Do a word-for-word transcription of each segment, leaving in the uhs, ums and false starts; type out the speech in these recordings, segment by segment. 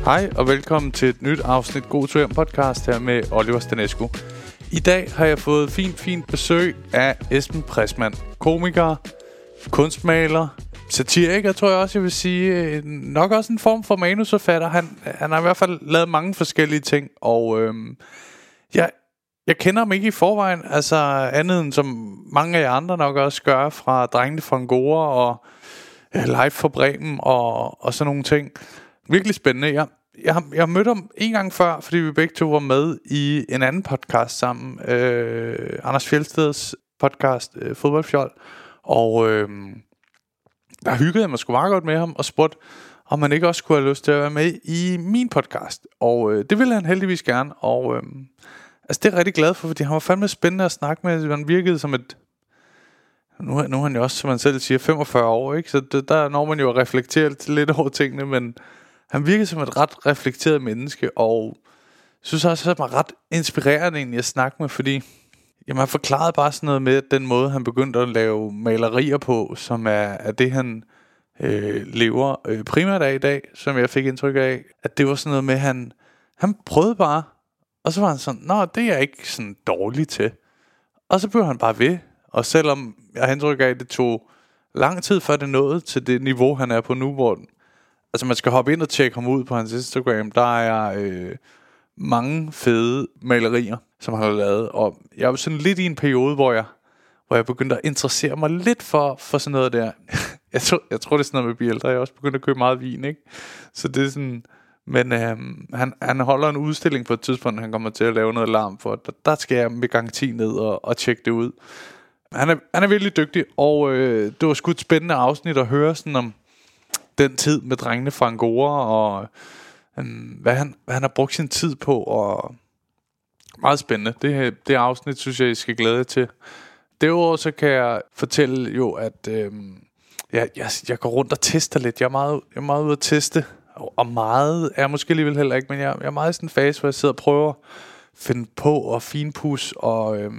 Hej og velkommen til et nyt afsnit God to Hjem podcast her med Oliver Stanescu. I dag har jeg fået fint, fint besøg af Esben Pressmann. Komiker, kunstmaler, satiriker tror jeg også jeg vil sige. Nok også en form for manusforfatter. Han, han har i hvert fald lavet mange forskellige ting. Og øhm, jeg, jeg kender ham ikke i forvejen. Altså andet end som mange af jer andre nok også gør fra Drengene fra Angora og øh, Live for Bremen og, og sådan nogle ting. Virkelig spændende. Jeg, jeg, har, jeg har mødt ham en gang før, fordi vi begge to var med i en anden podcast sammen. Øh, Anders Fjeldsteds podcast, øh, Fodboldfjold. Og øh, der hyggede jeg mig sgu meget godt med ham og spurgte, om han ikke også kunne have lyst til at være med i min podcast. Og øh, det ville han heldigvis gerne. Og øh, altså det er jeg rigtig glad for, fordi han var fandme spændende at snakke med. Han virkede som et... Nu, nu er han jo også, som man selv siger, femogfyrre år, ikke? Så det, der når man jo at reflektere lidt over tingene, men han virkede som et ret reflekteret menneske, og synes også, at han var ret inspirerende egentlig at snakke med, fordi jamen, han forklarede bare sådan noget med, at den måde, han begyndte at lave malerier på, som er, er det, han øh, lever øh, primært af i dag, som jeg fik indtryk af, at det var sådan noget med, at han, han prøvede bare, og så var han sådan, nå, det er jeg ikke sådan dårlig til. Og så blev han bare ved, og selvom jeg har indtryk af, at det tog lang tid, før det nåede til det niveau, han er på nu, hvor altså man skal hoppe ind og tjekke ham ud på hans Instagram. Der er øh, mange fede malerier, som han har lavet. Og jeg var sådan lidt i en periode, hvor jeg, hvor jeg begyndte at interessere mig lidt for, for sådan noget der. jeg, tror, jeg tror, det er sådan noget med at blive ældre. Jeg har også begyndt at købe meget vin, ikke? Så det er sådan... Men øh, han, han holder en udstilling på et tidspunkt, han kommer til at lave noget larm for. Der, der skal jeg med garanti ned og, og tjekke det ud. Han er, han er virkelig dygtig, og øh, det var sgu et spændende afsnit at høre sådan om den tid med Drengene fra Angora, og øh, hvad, han, hvad han har brugt sin tid på, og meget spændende. Det, det afsnit synes jeg, I skal glæde jer til. Derudover så kan jeg fortælle jo, at øh, jeg, jeg, jeg går rundt og tester lidt. Jeg er meget, jeg er meget ude at teste, og meget er jeg måske alligevel heller ikke, men jeg, jeg er meget i sådan en fase, hvor jeg sidder og prøver at finde på og finpus, og... Øh,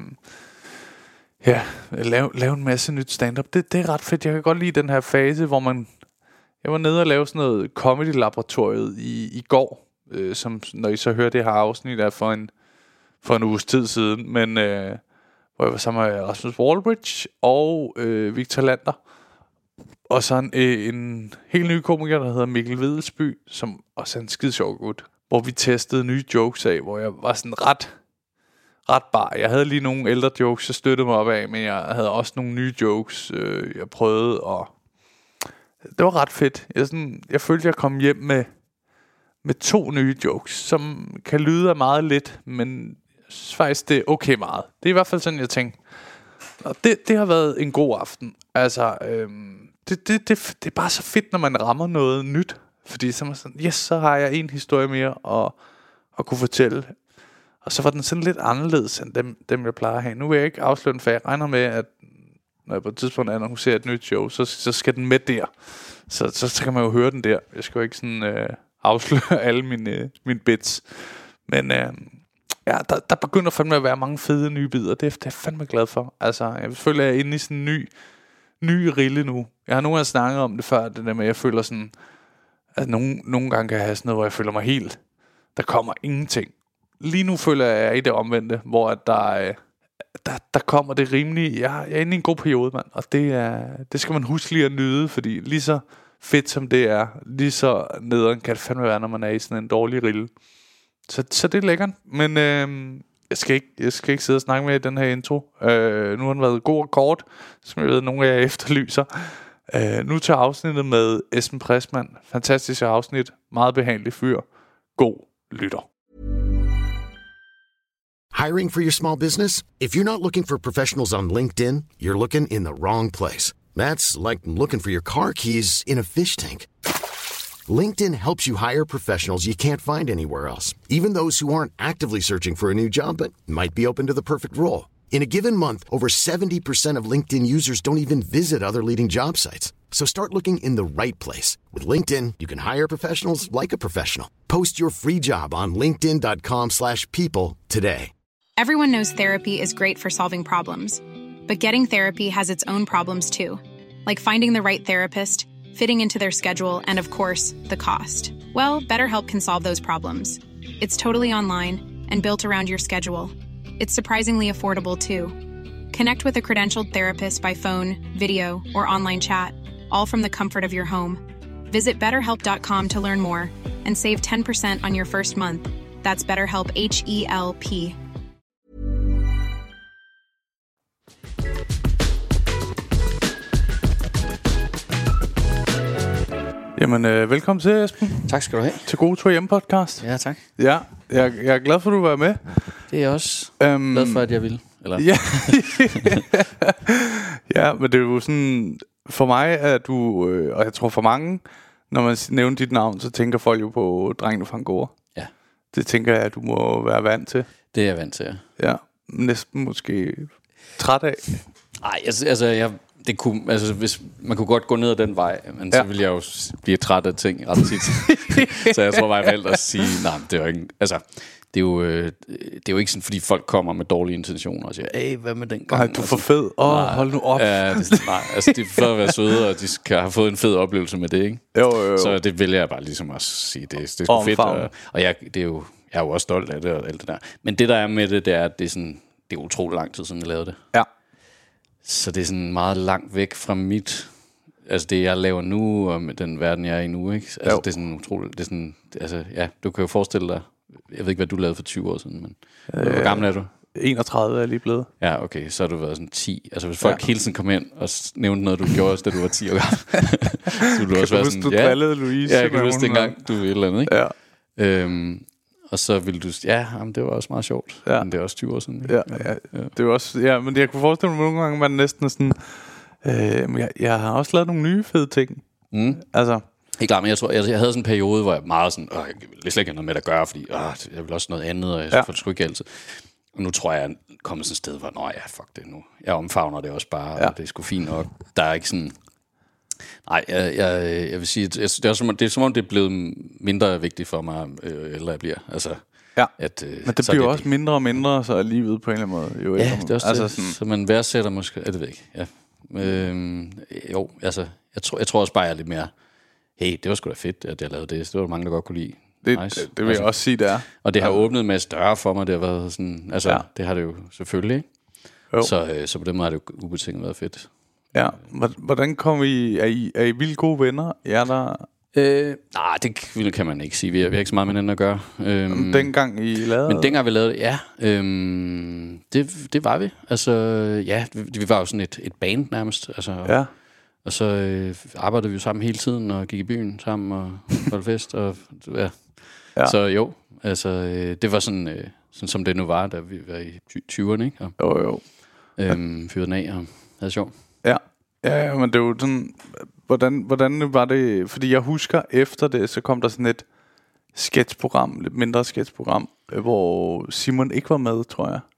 Ja, lave, lave en masse nyt stand-up. Det, det er ret fedt. Jeg kan godt lide den her fase, hvor man... Jeg var nede og lave sådan noget comedy-laboratoriet i, i går, øh, som når I så hører det her afsnit er for en, for en uges tid siden, men øh, hvor jeg var sammen med Rasmus Wallbridge og øh, Victor Lander, og så en, øh, en helt ny komiker, der hedder Mikkel Vedelsby, som også er en skide sjov gut, hvor vi testede nye jokes af, hvor jeg var sådan ret... ret bar. Jeg havde lige nogle ældre jokes, jeg støttede mig op af, men jeg havde også nogle nye jokes, øh, jeg prøvede, og det var ret fedt. Jeg, sådan, jeg følte, jeg kom hjem med, med to nye jokes, som kan lyde af meget lidt, men jeg synes faktisk, det er okay meget. Det er i hvert fald sådan, jeg tænkte. Og det, det har været en god aften. Altså, øh, det, det, det, det er bare så fedt, når man rammer noget nyt, fordi så, man sådan, yes, så har jeg en historie mere at, at kunne fortælle. Og så var den sådan lidt anderledes end dem, dem jeg plejer at have. Nu vil jeg ikke afsløre den, for jeg regner med, at når jeg på et tidspunkt annoncerer et nyt show, så, så skal den med der. Så, så, så kan man jo høre den der. Jeg skal jo ikke sådan øh, afsløre alle mine, øh, mine bits. Men øh, ja, der, der begynder fandme at være mange fede nye bidder. Det er, det er jeg fandme glad for. Altså, jeg føler, at jeg er inde i sådan en ny, ny rille nu. Jeg har nogle gange snakket om det før, det der med, at jeg føler sådan, at nogle, nogle gange kan jeg have sådan noget, hvor jeg føler mig helt. Der kommer ingenting. Lige nu føler jeg, at jeg er i det omvendte, hvor at der, øh, der, der kommer det rimelige. Jeg, jeg er inde i en god periode, mand, og det, er, det skal man huske lige at nyde, fordi lige så fedt som det er, lige så nederen kan det fandme være, når man er i sådan en dårlig rille. Så, så det er lækkert, men øh, jeg, skal ikke, jeg skal ikke sidde og snakke med i den her intro. Øh, nu har den været god og kort, som jeg ved, nogle af jer efterlyser. Øh, nu til afsnittet med Esben Pressmann. Fantastisk afsnit, meget behagelig fyr. God lytter. Hiring for your small business? If you're not looking for professionals on LinkedIn, you're looking in the wrong place. That's like looking for your car keys in a fish tank. LinkedIn helps you hire professionals you can't find anywhere else, even those who aren't actively searching for a new job but might be open to the perfect role. In a given month, over seventy percent of LinkedIn users don't even visit other leading job sites. So start looking in the right place. With LinkedIn, you can hire professionals like a professional. Post your free job on linkedin dot com slash people today. Everyone knows therapy is great for solving problems, but getting therapy has its own problems too, like finding the right therapist, fitting into their schedule, and of course, the cost. Well, BetterHelp can solve those problems. It's totally online and built around your schedule. It's surprisingly affordable, too. Connect with a credentialed therapist by phone, video, or online chat, all from the comfort of your home. Visit better help dot com to learn more and save ten percent on your first month. That's BetterHelp, H E L P. Jamen, øh, velkommen til, Esben. Tak skal du have. Til God Tur Hjem podcast. Ja, tak. Ja, jeg, jeg er glad for, at du var med. Det er jeg også um, glad for, at jeg vil. Eller? Ja. Ja, men det er jo sådan, for mig er du, øh, og jeg tror for mange, når man nævner dit navn, så tænker folk jo på Drengene fra Angora. Ja. Det tænker jeg, at du må være vant til. Det er jeg vant til, ja. Ja, næsten måske træt af. Nej, altså, altså jeg, det kunne, altså hvis man kunne godt gå ned ad den vej, men ja. Så ville jeg jo blive træt af ting ret tit. Så jeg tror bare, jeg valgte at sige, nej, det er jo ikke, altså, det er jo, det er jo ikke sådan, fordi folk kommer med dårlige intentioner og siger, hey, hvad med den gang? Nej, du er for fed. Åh, oh, hold nu op. Ja, det, nej, altså, det er for at være søde, og de skal have fået en fed oplevelse med det, ikke? Jo, jo, jo. Så det vælger jeg bare ligesom at sige, det, det er sgu fedt, og, og jeg, det er jo, jeg er jo også stolt af det og alt det der. Men det, der er med det, det er, at det er sådan, det er utrolig lang tid siden, jeg lavede det. Ja. Så det er sådan meget langt væk fra mit, altså det jeg laver nu og med den verden jeg er i nu, ikke? Altså jo. Det er sådan utroligt, det er sådan, altså ja, du kan jo forestille dig, jeg ved ikke hvad du lavede for tyve år siden, men øh, hvor gammel er du? enogtredive er jeg lige blevet. Ja, okay, så har du været sådan ti. Altså hvis folk ja. hele tiden kom ind og nævnte noget du gjorde, da du var ti år gammel, så ville du også være sådan, du ja, Louise, ja, jeg kan huske dengang du et eller andet, ikke? Ja. Øhm, og så ville du, ja, jamen, det var også meget sjovt. Ja. Men det er også tyve år siden. Ja, ja, ja. Det var også, ja, men jeg kunne forestille mig nogle gange, man næsten sådan, øh, jeg, jeg har også lavet nogle nye fede ting. Mm. Altså. Helt klart, men jeg tror, jeg, jeg havde sådan en periode, hvor jeg meget sådan, åh, jeg vil slet ikke have noget med det at gøre, fordi åh, jeg vil også noget andet, og jeg ja. får det sgu ikke altid. Og nu tror jeg, jeg er kommet sådan et sted, hvor, nå ja, fuck det nu. Jeg omfavner det også bare, ja. Og det er sgu fint nok. Der er ikke sådan, nej, jeg, jeg, jeg vil sige, det er, som, det er som om, det er blevet mindre vigtigt for mig, øh, eller jeg bliver. Altså, ja, at, øh, men det bliver det, også mindre og mindre, så er livet på en eller anden måde. Jo, ja, det er også altså, det, sådan, så man værdsætter måske, ja, det ved jeg ikke, ja. Øhm, jo, altså, jeg tror, jeg tror også bare, jeg er lidt mere, hey, det var sgu da fedt, at jeg lavede det. Det var der mange, der godt kunne lide. Det, nice. det, det vil altså, jeg også sige, det er. Og det har åbnet med større for mig. Det har været sådan, altså, ja. Det har det jo selvfølgelig. Jo. Så, øh, så på den måde har det jo ubetinget været fedt. Ja, hvordan kom I? Er I, er I vildt gode venner? Ja, der... Øh, nej, det kan man ikke sige. Vi har, vi har ikke så meget med hinanden at gøre. Øhm, dengang I lavede? Men dengang vi lavede det, ja. Øhm, det, det var vi. Altså, ja, vi, vi var jo sådan et, et band nærmest. Altså, ja. Og så øh, arbejdede vi jo sammen hele tiden, og gik i byen sammen, og holdt fest, og ja. Ja. Så jo, altså, øh, det var sådan, øh, sådan, som det nu var, da vi var i tyverne, ikke? Og, jo, jo. Øhm, fyrede den af, og havde sjov. Ja, ja, men det er jo sådan, hvordan, hvordan var det, fordi jeg husker, efter det, så kom der sådan et sketchprogram, lidt mindre sketchprogram, hvor Simon ikke var med, tror jeg.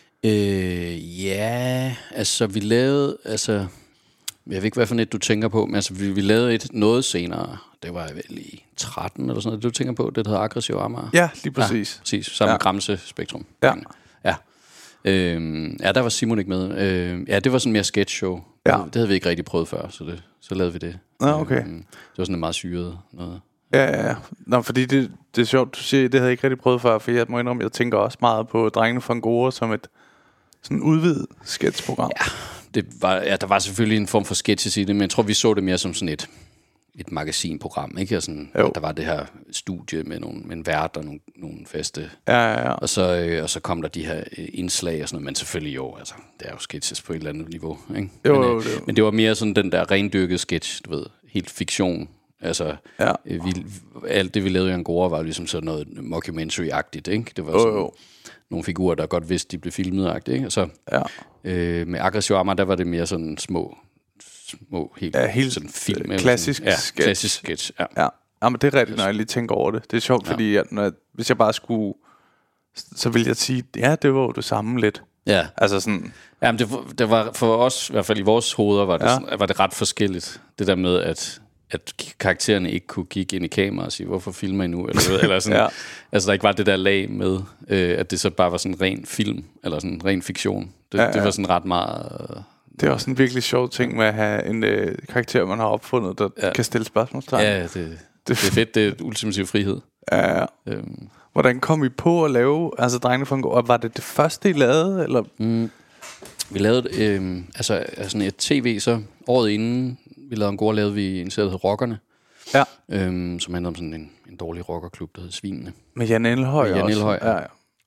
Øh, ja, altså, vi lavede, altså... Jeg ved ikke, hvad for net du tænker på, men altså, vi, vi lavede et noget senere. Det var vel i tretten eller sådan noget, det du tænker på. Det hedder Aggressiv Amager. Ja, lige præcis. Ja, præcis. Sammen med ja. Gramse Spektrum. Ja. Ja. Øhm, ja, der var Simon ikke med. Øhm, ja, det var sådan mere sketch-show. Ja. Det, det havde vi ikke rigtig prøvet før, så, det, så lavede vi det. Ja, okay. Øhm, det var sådan en meget syret noget. Ja, ja, ja. Nå, fordi det, det er sjovt, du siger, det havde jeg ikke rigtig prøvet før, for jeg må indrømme, jeg tænker også meget på Drengene fra Angora som et sådan udvidet sketchprogram. Ja. Det var, ja, der var selvfølgelig en form for sketches i det, men jeg tror, vi så det mere som sådan et, et magasinprogram, ikke? Og sådan, der var det her studie med, nogle, med en vært og nogle, nogle faste. Ja, ja, ja. Og så, øh, og så kom der de her indslag og sådan noget, men selvfølgelig jo, altså, det er jo sketches på et eller andet niveau, ikke? Jo, men, jo, øh, det men det var mere sådan den der rendyrkede sketch, du ved, helt fiktion. Altså, ja. øh, vi, alt det, vi lavede i Angora, var ligesom sådan noget mockumentary-agtigt, ikke? Det var jo, sådan jo. nogle figurer, der godt vidste, de blev filmet-agtigt, ikke? Og så... Ja. Øh, med Aggressiv Amager, der var det mere sådan små, små helt, ja, helt sådan film. Klassisk sådan, ja, sketch. Klassisk sketch, ja. Ja. Ja, men det er rigtigt, når jeg lige tænker over det. Det er sjovt, ja. Fordi at, når jeg, hvis jeg bare skulle, så ville jeg sige, ja, det var jo det samme lidt. Ja. Altså sådan... Ja, men det, det var for os, i hvert fald i vores hoveder, var det, ja. sådan, var det ret forskelligt. Det der med, at, at karaktererne ikke kunne kigge ind i kameraet og sige, hvorfor filmer I nu? Eller, eller sådan, ja. Altså, der ikke var det der lag med, øh, at det så bare var sådan ren film, eller sådan ren fiktion. Det, ja, ja. det var sådan ret meget Det er også en virkelig sjov ting med at have en øh, karakter, man har opfundet, der ja. kan stille spørgsmålstegn. Ja, det, det, det er fedt. Det er et ultimativ frihed. Ja. Øhm. Hvordan kom I på at lave, altså Drengene fra en gård? Var det det første, I lavede, eller? Mm. Vi lavede, øh, altså sådan et tv, så året inden vi lavede en gård, lavede vi en serie, der hed Rockerne. Ja. Øhm, som handlede om sådan en, en dårlig rockerklub, der hed Svinene. Med Jan Elhøj Jan Elhøj, ja,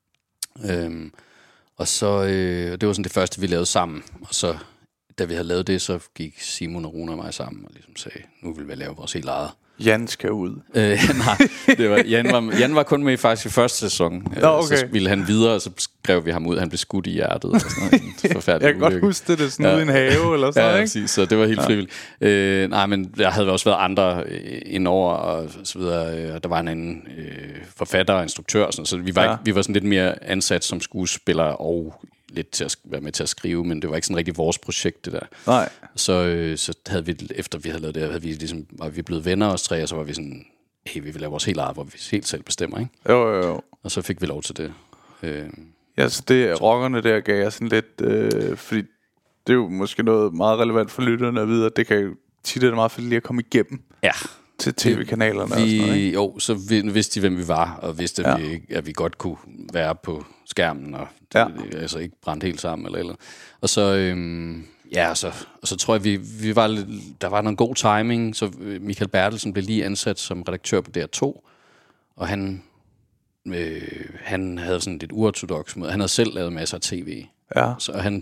ja. Øhm, og så, øh, det var sådan det første, vi lavede sammen. Og så, da vi havde lavet det, så gik Simon og Rune og mig sammen og ligesom sagde, nu vil vi lave vores helt eget. Jan skal ud. Øh, nej, det var, Jan, var, Jan var kun med faktisk i første sæson. Nå, okay. Så ville han videre, og så skrev vi ham ud. Han blev skudt i hjertet. Og sådan noget. Jeg kan ulykke. Godt huske det, det sådan ja. Ude i en have eller sådan ja, noget, ikke? Så det var helt ja. frivilligt. Øh, nej, men der havde også været andre øh, indover og så videre. Og der var en anden øh, forfatter og instruktør. Sådan, så vi var, ja. ikke, vi var sådan lidt mere ansat som skuespillere og lidt til at være med til at skrive, men det var ikke sådan rigtig vores projekt, det der. Nej. Så, øh, så havde vi, efter vi havde lavet det, havde vi ligesom, var vi blevet venner os tre, og så var vi sådan, hey, vi vil lave vores helt eget, hvor vi helt selv bestemmer, ikke? Jo, jo, jo. Og så fik vi lov til det. Øh, ja, så det rockerne der gav jeg sådan lidt, øh, fordi det er jo måske noget meget relevant for lytterne at vide, at det kan jo tit er det meget fedt lige at komme igennem. Ja. Til tv-kanalerne vi, og sådan noget, ikke? Jo, så vidste de, hvem vi var, og vidste, at, ja. vi, at vi godt kunne være på skærmen, og ja. det, altså ikke brænde helt sammen, eller eller. Og så, øhm, ja, og så, og så tror jeg, vi, vi var lidt, der var noget god timing, så Michael Bertelsen blev lige ansat som redaktør på D R to, og han, øh, han havde sådan lidt uortodoks måde. Han havde selv lavet masser af tv, ja. så han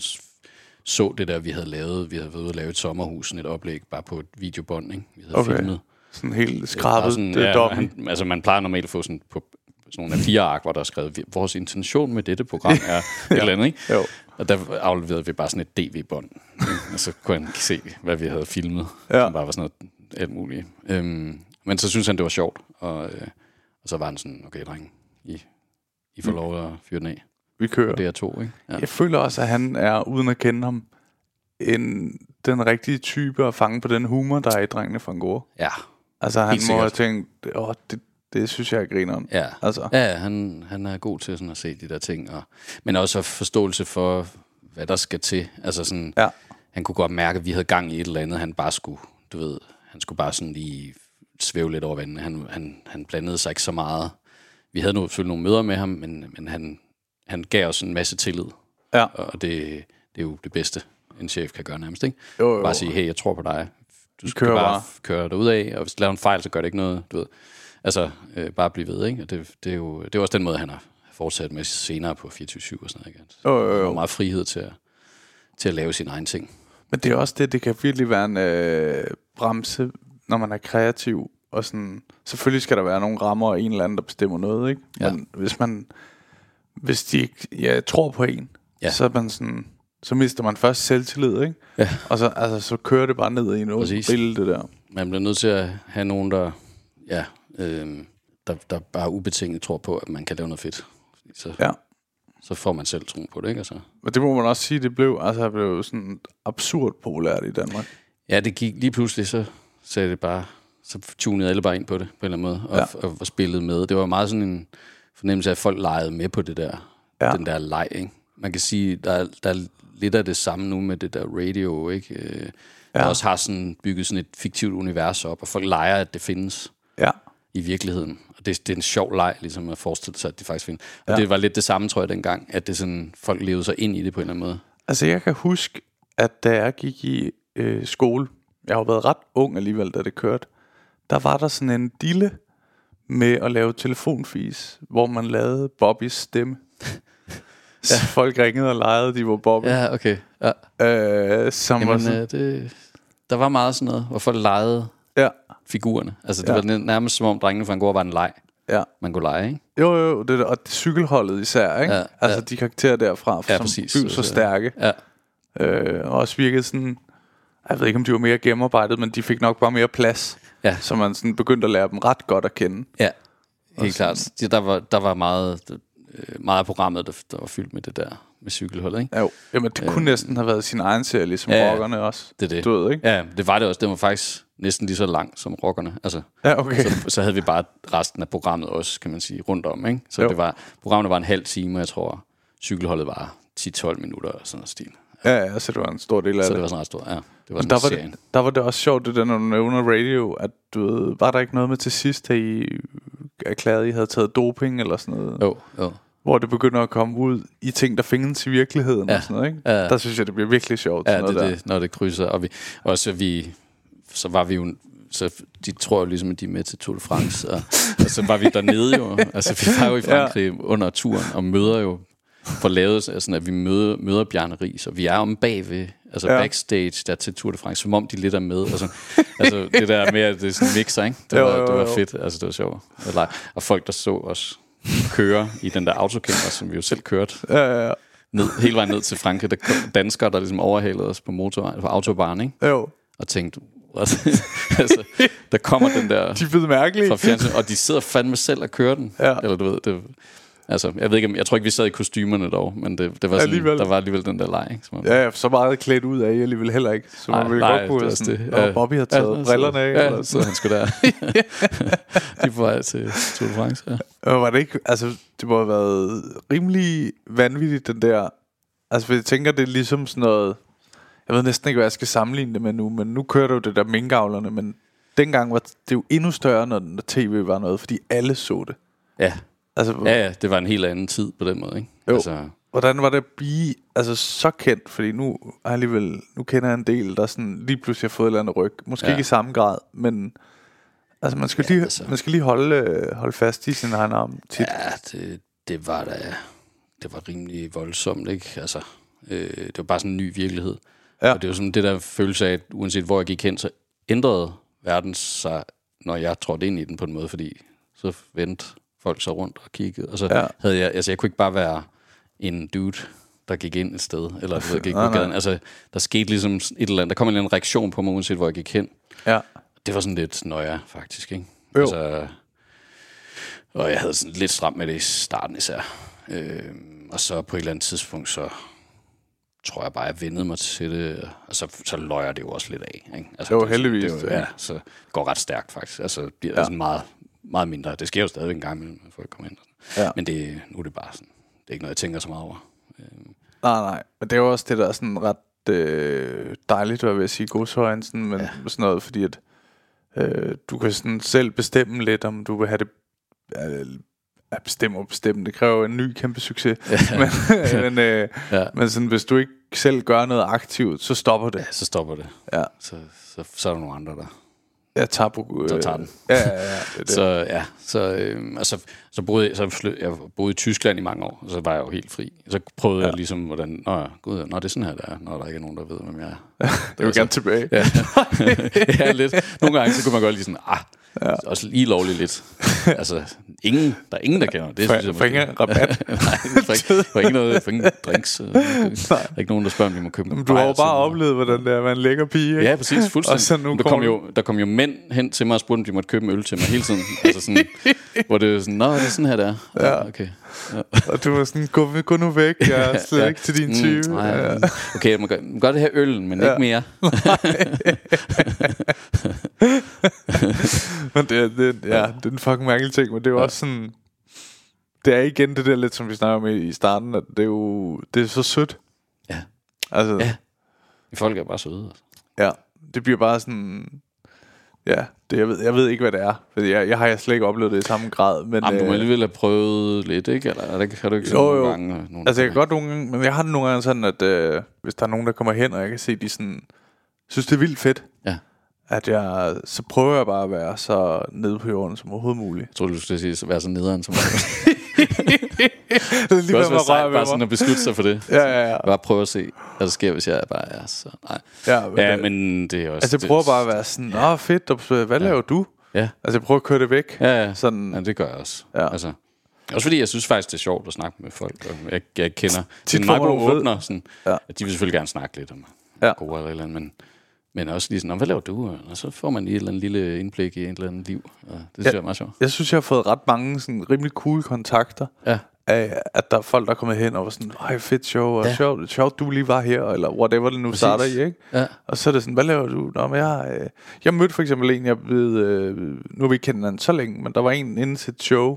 så det der, vi havde lavet. Vi havde været ude og lave et sommerhus, sådan et oplæg, bare på et videobånd, ikke? Vi havde okay. filmet. Sådan helt skrabet sådan, ja, han, altså man plejer normalt at få sådan på sådan nogle af fire ark, hvor der er skrevet, vores intention med dette program er ja. et eller andet, ikke? Jo. Og der afleverede vi bare sådan et D V-bånd, og så kunne han se, hvad vi havde filmet, ja. som bare var sådan noget alt muligt. Øhm, men så synes han, det var sjovt, og, øh, og så var han sådan, okay, dreng, I, I får lov at fyre den af. Vi kører. Det er to, ikke? Ja. Jeg føler også, at han er, uden at kende ham, en, den rigtige type at fange på den humor, der er i Drengene fra en gård. Ja. Altså han må have tænkt, åh, det, det synes jeg er grineren. Ja, altså. ja han, han er god til sådan at se de der ting, og, men også forståelse for, hvad der skal til. Altså sådan, ja. Han kunne godt mærke, at vi havde gang i et eller andet, han bare skulle, du ved, han skulle bare sådan lige svæve lidt over vandet. Han, han, han blandede sig ikke så meget. Vi havde nu selvfølgelig nogle møder med ham, men, men han, han gav os en masse tillid. Ja. Og det, det er jo det bedste, en chef kan gøre nærmest, ikke? Jo, jo. Bare sige, hey, jeg tror på dig. Du skal kører bare, bare køre dig ud af, og hvis du laver en fejl, så gør det ikke noget, du ved. Altså, øh, bare blive ved, ikke? Og det, det, er jo, det er også den måde, han har fortsat med senere på fireogtyve syv og sådan noget, ikke? Jo, jo, jo. Der var meget frihed til at, til at lave sine egne ting. Men det er også det, det kan virkelig være en øh, bremse, når man er kreativ, og sådan, selvfølgelig skal der være nogle rammer og en eller anden, der bestemmer noget, ikke? Ja. Men hvis man, hvis de ikke ja, tror på en, ja. så er man sådan, så mister man først selvtillid, ikke? Ja. Og så, altså, så kører det bare ned i en åben billede, det der. Man bliver nødt til at have nogen, der, ja, øh, der, der bare ubetinget tror på, at man kan lave noget fedt. Så, ja. så får man selv tro på det, ikke? Altså. Men det må man også sige, det blev, altså, det blev sådan absurd populært i Danmark. Ja, det gik lige pludselig, så sagde det bare, så tunede alle bare ind på det, på en eller anden måde, og, ja. og, og spillede med. Det var meget sådan en fornemmelse af, at folk legede med på det der, ja. den der leg, ikke? Man kan sige, der er, der er lidt af det samme nu med det der radio, ikke? Øh, der ja. også har sådan bygget sådan et fiktivt univers op, og folk leger, at det findes ja. i virkeligheden. Og det, det er en sjov leg, ligesom at forestille sig, at det faktisk findes. Og ja. det var lidt det samme, tror jeg, dengang, at det sådan, folk levede sig ind i det på en eller anden måde. Altså, jeg kan huske, at da jeg gik i øh, skole, jeg har været ret ung alligevel, da det kørte, der var der sådan en dille med at lave telefonfis, hvor man lavede Bobbys stemme. Ja. Folk ringede og legede, de var Bobby. Ja, okay. Ja. Øh, som Jamen, var sådan, øh, det, der var meget sådan noget, hvor folk legede ja. figurerne. Altså, det ja. var nærmest som om Drengene fra en gård var en leg. Ja. Man kunne lege, ikke? Jo, jo, det der, og det cykelholdet især, ikke? Ja, altså, ja. de karakterer derfra, ja, som præcis, blev så stærke. Ja. Øh, og også virkede sådan, jeg ved ikke, om de var mere gennemarbejdet, men de fik nok bare mere plads. Ja. Så man sådan begyndte at lære dem ret godt at kende. Ja, helt klart. Der var, der var meget, meget af programmet, der, der var fyldt med det der, med cykelholdet, ikke? Jo, jamen det kunne øh, næsten have været sin egen serie, ligesom ja, rockerne også. Det er det. Du ved, ikke? Ja, det var det også. Det var faktisk næsten lige så langt som rockerne. Altså, ja, okay. så, så havde vi bare resten af programmet også, kan man sige, rundt om, ikke? Så jo. det var, programmet var en halv time, og jeg tror, cykelholdet var ti til tolv minutter og sådan noget stil. Ja, ja, så det var en stor del af så det. det var sådan ret stor, ja. Det var sådan der, var det, der var det også sjovt, det der, når du nævner radio, at du ved, var der ikke noget med til sidst, at I erklærede, at I havde taget doping eller sådan noget? Jo, jo. Hvor det begynder at komme ud i ting, der findes i virkeligheden, ja. Og sådan noget, ikke? Ja. Der synes jeg, det bliver virkelig sjovt. Ja, det, det, når det krydser. Og vi, også vi, så var vi jo, så de tror jo ligesom, at de er med til Tour de France, og, og så var vi dernede jo. Altså, vi var jo i Frankrig ja. under turen, og møder jo, for lavet sådan, at vi møder, møder Bjarne Riis, og vi er om bagved, altså ja. backstage der til Tour de France, som om de lidt er med. Altså, altså det der med, at det er sådan en mixer, ikke? Det var, jo, jo, jo. Det var fedt, altså det var sjovt. Og folk, der så os køre i den der autocamper, som vi jo selv kørte, ja, ja, ja. Ned, hele vejen ned til Frankrig, der kom danskere, der ligesom overhalede os på motorvejen, på autobahn, ikke? Jo. Og tænkte, altså, der kommer den der... De er mærkelige. Fra fjernsyn, og de sidder fandme selv og kører den. Ja. Eller du ved, det... Altså, jeg ved ikke, jeg tror ikke, vi sad i kostymerne dog, men det, det var sådan, der var alligevel den der leg, ikke? Man... Ja, ja, så meget klædt ud af I alligevel heller ikke. Så man ville godt kunne sådan, det. Ja. Bobby har taget ja, brillerne af. Ja, eller så han skulle der. De får vej til Tour de France, ja. Og var det ikke, altså, det må have været rimelig vanvittigt, den der, altså, for jeg tænker, det er ligesom sådan noget, jeg ved næsten ikke, hvad jeg skal sammenligne det med nu, men nu kører det jo det der minkavlerne, men dengang var det jo endnu større, når den der tv var noget, fordi alle så det. Ja. Altså, ja, ja, det var en helt anden tid på den måde, ikke? Jo. Altså, hvordan var det at blive altså, så kendt? Fordi nu alligevel, nu kender jeg en del, der sådan lige pludselig har fået et eller andet ryg. Måske ja. ikke i samme grad, men altså, man skal, ja, lige, altså, man skal lige holde, holde fast i sin egen arm tit. Ja, det, det var da, det var rimelig voldsomt, ikke? Altså, øh, det var bare sådan en ny virkelighed. Ja. Og det var sådan det der følelse af, at uanset hvor jeg gik hen, så ændrede verden sig, når jeg trådte ind i den på en måde, fordi så vendte folk så rundt og kiggede, og så ja. havde jeg, altså jeg kunne ikke bare være en dude, der gik ind et sted, eller du ved, gik på gaden. Altså, der skete ligesom et eller andet, der kom en eller anden reaktion på mig, uanset hvor jeg gik hen. Ja. Det var sådan lidt nøje, faktisk, ikke? Jo. Altså, og jeg havde sådan lidt stramt med det i starten især. Øh, og så på et eller andet tidspunkt, så tror jeg bare, jeg vendede mig til det, og så, så løjer det jo også lidt af, ikke? Altså, jo, heldigvis. Det, det, ja, så det går ret stærkt, faktisk. Altså, det bliver ja. sådan meget meget mindre. Det sker jo stadig en gang imellem, når folk kommer ind. Ja. Men det, nu er det bare sådan, det er ikke noget, jeg tænker så meget over. Nej, nej. Men det er jo også det, der er sådan ret øh, dejligt, hvad jeg vil sige, godshøjen, sådan, men ja. sådan noget, fordi at øh, du kan sådan selv bestemme lidt, om du vil have det, øh, at bestemme og bestemme. Det kræver en ny kæmpe succes. Ja. men men, øh, ja. men sådan, hvis du ikke selv gør noget aktivt, så stopper det. Ja, så stopper det. Ja. Så, så, så er der nogle andre, der Jeg tager på, øh, så tager den. Ja, ja, ja. Det det. Så ja, så øh, altså, så boede jeg, så jeg boede i Tyskland i mange år, og så var jeg jo helt fri. Så prøvede ja. jeg ligesom hvordan, nå, gud, nå, det er sådan her der er, når der ikke er nogen der ved, hvem jeg er. Det vil gerne tilbage. Ja. Ja, lidt. Nogle gange så kunne man godt lige sådan, ah, ja. også lige lovligt lidt. Altså ingen, der er ingen der kender det. For, synes, for ingen rabat. Nej, for, ikke, for ingen noget, for ingen drinks. Der er ikke nogen der spørger om vi må købe. Men du har jo bare oplevet hvordan det er, man lækker pige. Ikke? Ja, præcis, fuldstændig. Der kom jo der kom jo mænd hen til mig og spurgte om de måtte købe en øl til mig hele tiden. Altså sådan, hvor det er sådan, nå, det er sådan her der. Ja, okay. Ja. Og du var sådan, gå, gå nu væk, jeg er slet ja. ikke til din tyve. Mm, ja. Okay, jeg må gøre, gør det her øllen, men ja. ikke mere. Men det, det, ja, det er en fucking mærkelig ting, men det er jo ja. også sådan, det er igen det der lidt, som vi snakker om i starten, at det er jo, det er så sødt. Ja. Altså, ja. Folk er bare søde. Altså. Ja, det bliver bare sådan, ja, det, jeg, ved, jeg ved ikke, hvad det er. Fordi jeg, jeg har jeg slet ikke oplevet det i samme grad. Men Jamen, du må alligevel have prøvet lidt, ikke? Eller er det, har du ikke sådan jo, nogle gange? Nogle altså, jeg kan godt nogle gange, men jeg har det nogle gange sådan, at øh, hvis der er nogen, der kommer hen, og jeg kan se, de sådan, synes, det er vildt fedt. Ja. At jeg, så prøver jeg bare at være så nede på jorden som overhovedet muligt. Jeg tror du skulle sige, at være så nederen som muligt. Det er lige også være sejt bare sådan at beslutte sig for det. Ja, ja, ja. Bare prøve at se, hvad der sker, hvis jeg bare er så... Nej. Ja, men, ja, men det er også... Altså, jeg prøver bare at være sådan, åh, fedt, hvad laver ja. du? Ja. Altså, jeg prøver at køre det væk. Ja, ja. Sådan, ja det gør jeg også. Ja. Altså, også fordi jeg synes faktisk, det er sjovt at snakke med folk. Og jeg, jeg kender... Tit det er meget gode åbner, sådan, ja. at de vil selvfølgelig gerne snakke lidt om ja. gode eller et eller andet, men... Men også lige sådan, hvad laver du? Og så får man lige et eller andet lille indblik i et eller andet liv. Og det synes ja, jeg er meget sjovt. Jeg synes, jeg har fået ret mange sådan rimelig cool kontakter. Ja. Af, at der er folk, der er kommet hen og var sådan, ej, fedt show, og ja. sjovt, sjovt, du lige var her, eller whatever det nu Præcis. starter i, ikke? Ja. Og så er det sådan, hvad laver du? Nå, men jeg, øh, jeg mødte for eksempel en, jeg ved, øh, nu har vi ikke kendt hinanden så længe, men der var en inde til et show,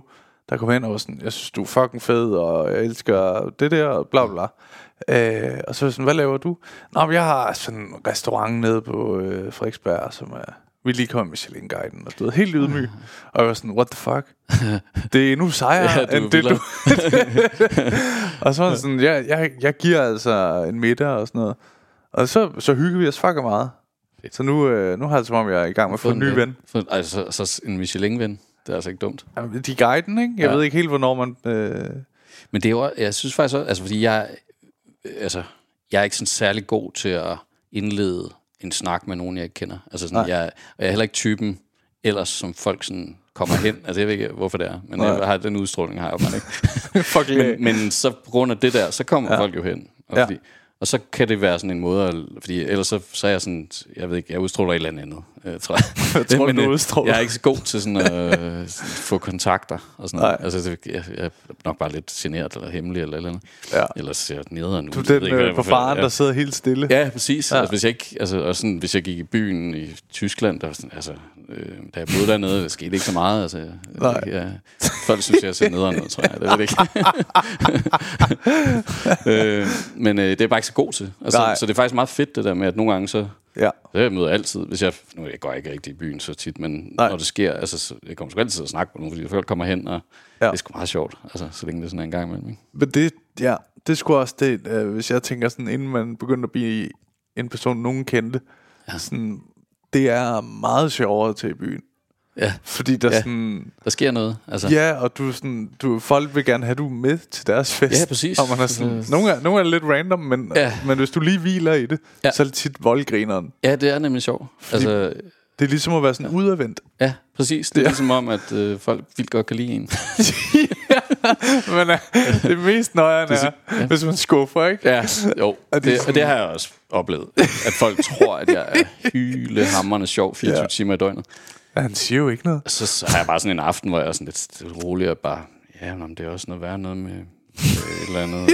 der kom hen og var sådan, jeg synes, du er fucking fed, og jeg elsker det der, og bla bla. Øh, og så var jeg sådan, hvad laver du? Nå, men jeg har sådan en restaurant nede på øh, Frederiksberg, som er, vi lige kom i Michelin-guiden, og du ved, helt ydmyg. Og jeg var sådan, what the fuck? Det er endnu sejere, ja, end det du... Og så var sådan, jeg, jeg, jeg giver altså en middag og sådan noget. Og så, så hygger vi os fucking meget. Så nu, øh, nu har det som om, jeg er i gang med at få en ny ven. For, altså, så, så en Michelin-ven, det er altså ikke dumt. De guiden, ikke? Jeg ja. ved ikke helt, hvornår man... Øh... Men det er jo, jeg synes faktisk også, altså fordi jeg, altså, jeg er ikke sådan særlig god til at indlede en snak med nogen, jeg ikke kender. Altså sådan, jeg, og jeg er heller ikke typen ellers, som folk sådan kommer hen. Altså jeg ved ikke, hvorfor det er, men Nej. jeg har den udstråling, har jeg jo bare ikke. Fuck men, men så på grund af det der, så kommer ja. folk jo hen. Og ja. fordi, Og så kan det være sådan en måde, at, fordi ellers så, så er jeg sådan, jeg ved ikke, jeg udstråler et eller andet andet, øh, tror jeg. Jeg tror, men, du udstråler. Jeg er ikke så god til sådan at øh, få kontakter og sådan noget. Altså, jeg, jeg er nok bare lidt generet eller hemmelig eller eller andet. Ja. Ellers ser jeg nederen ud. Du er den ikke, på faren, ja. der sidder helt stille. Ja, præcis. Ja. Altså, hvis jeg ikke, altså, og sådan, hvis jeg gik i byen i Tyskland, der sådan, altså, øh, da jeg boede dernede, der skete ikke så meget. Altså, jeg, jeg, folk synes, jeg ser nederen ud, tror jeg. Det ved jeg ikke. øh, men øh, det er bare ikke så god til. Altså, så det er faktisk meget fedt det der med, at nogle gange så... Ja. Jeg møder altid, hvis jeg... Nu jeg går ikke rigtig i byen så tit, men Nej. når det sker, altså, så, jeg kommer sgu altid til at snakke med nogen, fordi folk kommer hen, og ja. det er sgu meget sjovt, altså, så længe det er sådan en gang imellem. Ikke? Men det, ja, det er sgu også det, øh, hvis jeg tænker sådan, inden man begynder at blive en person, nogen kendte, ja. sådan, det er meget sjovere til i byen. Ja. Fordi der ja. sådan... Der sker noget, altså. Ja, og du sådan... Du, folk vil gerne have du med til deres fest. Ja, præcis. Og man er sådan... Nogle er, nogle er lidt random, men, ja. men hvis du lige hviler i det, ja. så er det tit voldgrineren. Ja, det er nemlig sjovt. Altså... Det er ligesom at være sådan ja. udadvendt. Ja, præcis. Det er ja. ligesom om, at øh, folk vildt godt kan lide en. ja, men uh, det mest nøjerne er, ja. hvis man skuffer, ikke? Ja, jo. Det, det, og det har jeg også oplevet. At folk tror, at jeg er hylehamrende sjov fireogtyve ja. timer i døgnet. Ja, han siger jo ikke noget. Så, så har jeg bare sådan en aften, hvor jeg er sådan lidt, lidt rolig og bare, ja, men det er også noget værd noget med et eller andet.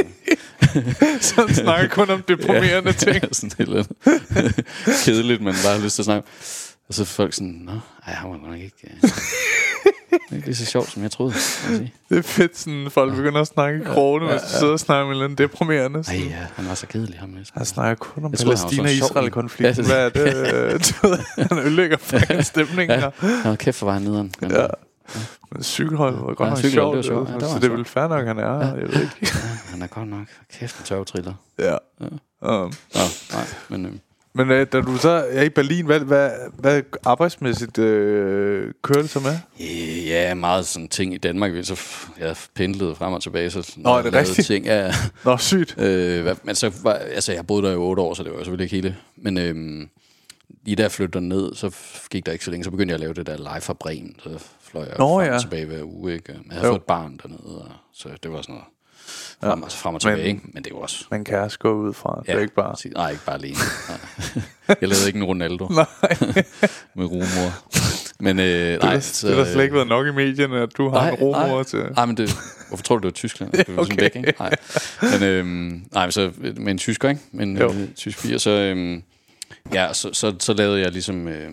Så han snakker kun om deprimerende ja, ting. Ja, sådan et eller andet kedeligt, men bare har lyst til at snakke. Og så er folk sådan, nå, ej, han var nok ikke... Ja. Det er ikke lige så sjovt, som jeg troede. Jeg det er fedt, sådan folk begynder at snakke i krone, ja, ja, ja. hvis du sidder og snakker med en eller anden deprimerende. Nej, ja, han var så kedelig, ham. Han snakker kun om Palæstina-Israel-konflikten. Hvad er det? Du ved, han ødelægger fucking stemningen her. Han var kæft for vejen nederen. Ja. Men cykelhold var godt nok sjovt, så det er vel fair nok, han er. Jeg ved ikke. Han er godt nok kæft en tørvetriller. Ja. Nå, nej, men... Men øh, da du så er i Berlin, hvad, hvad, hvad arbejdsmæssigt øh, kører det så med? Ja, meget sådan ting i Danmark. Så jeg pendlede frem og tilbage. Så Nå, er det rigtigt? Ting, ja. Nå, sygt. Øh, hvad, men så var, altså, jeg boede der i otte år, så det var selvfølgelig ikke hele. Men øh, lige da jeg flyttede ned, så gik der ikke så længe. Så begyndte jeg at lave det der live fra Bremen. Så fløj jeg Nå, frem ja. og tilbage hver uge. Ikke? Jeg havde jo. fået et barn dernede, og så det var sådan noget. Frem, ja. altså frem og tilbage, men, ikke? Men det er jo også... Man kan også gå ud fra, ja, det er ikke bare... Nej, ikke bare alene. Jeg lavede ikke en Ronaldo. Nej. Med rumor. Men, øh, det nej, der, så, det har slet ikke været nok i medierne, at du har nej, en rumor nej. til... Nej, men det... Hvorfor tror du, det var Tyskland? Det var okay. sådan væk, ikke? Nej. Men, øh, nej, men så med en tysker, ikke? Med en øh, tysk piger, så... Øh, ja, så, så, så lavede jeg ligesom... Øh,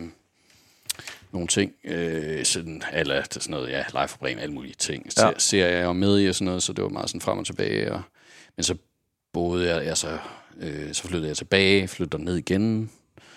nogle ting, øh, sådan, eller sådan noget, ja, live for Bremen, alle mulige ting. Ja. Ser jeg jo med i og sådan noget, så det var meget sådan frem og tilbage. Og, men så boede jeg, altså, øh, så flyttede jeg tilbage, flyttede ned igen,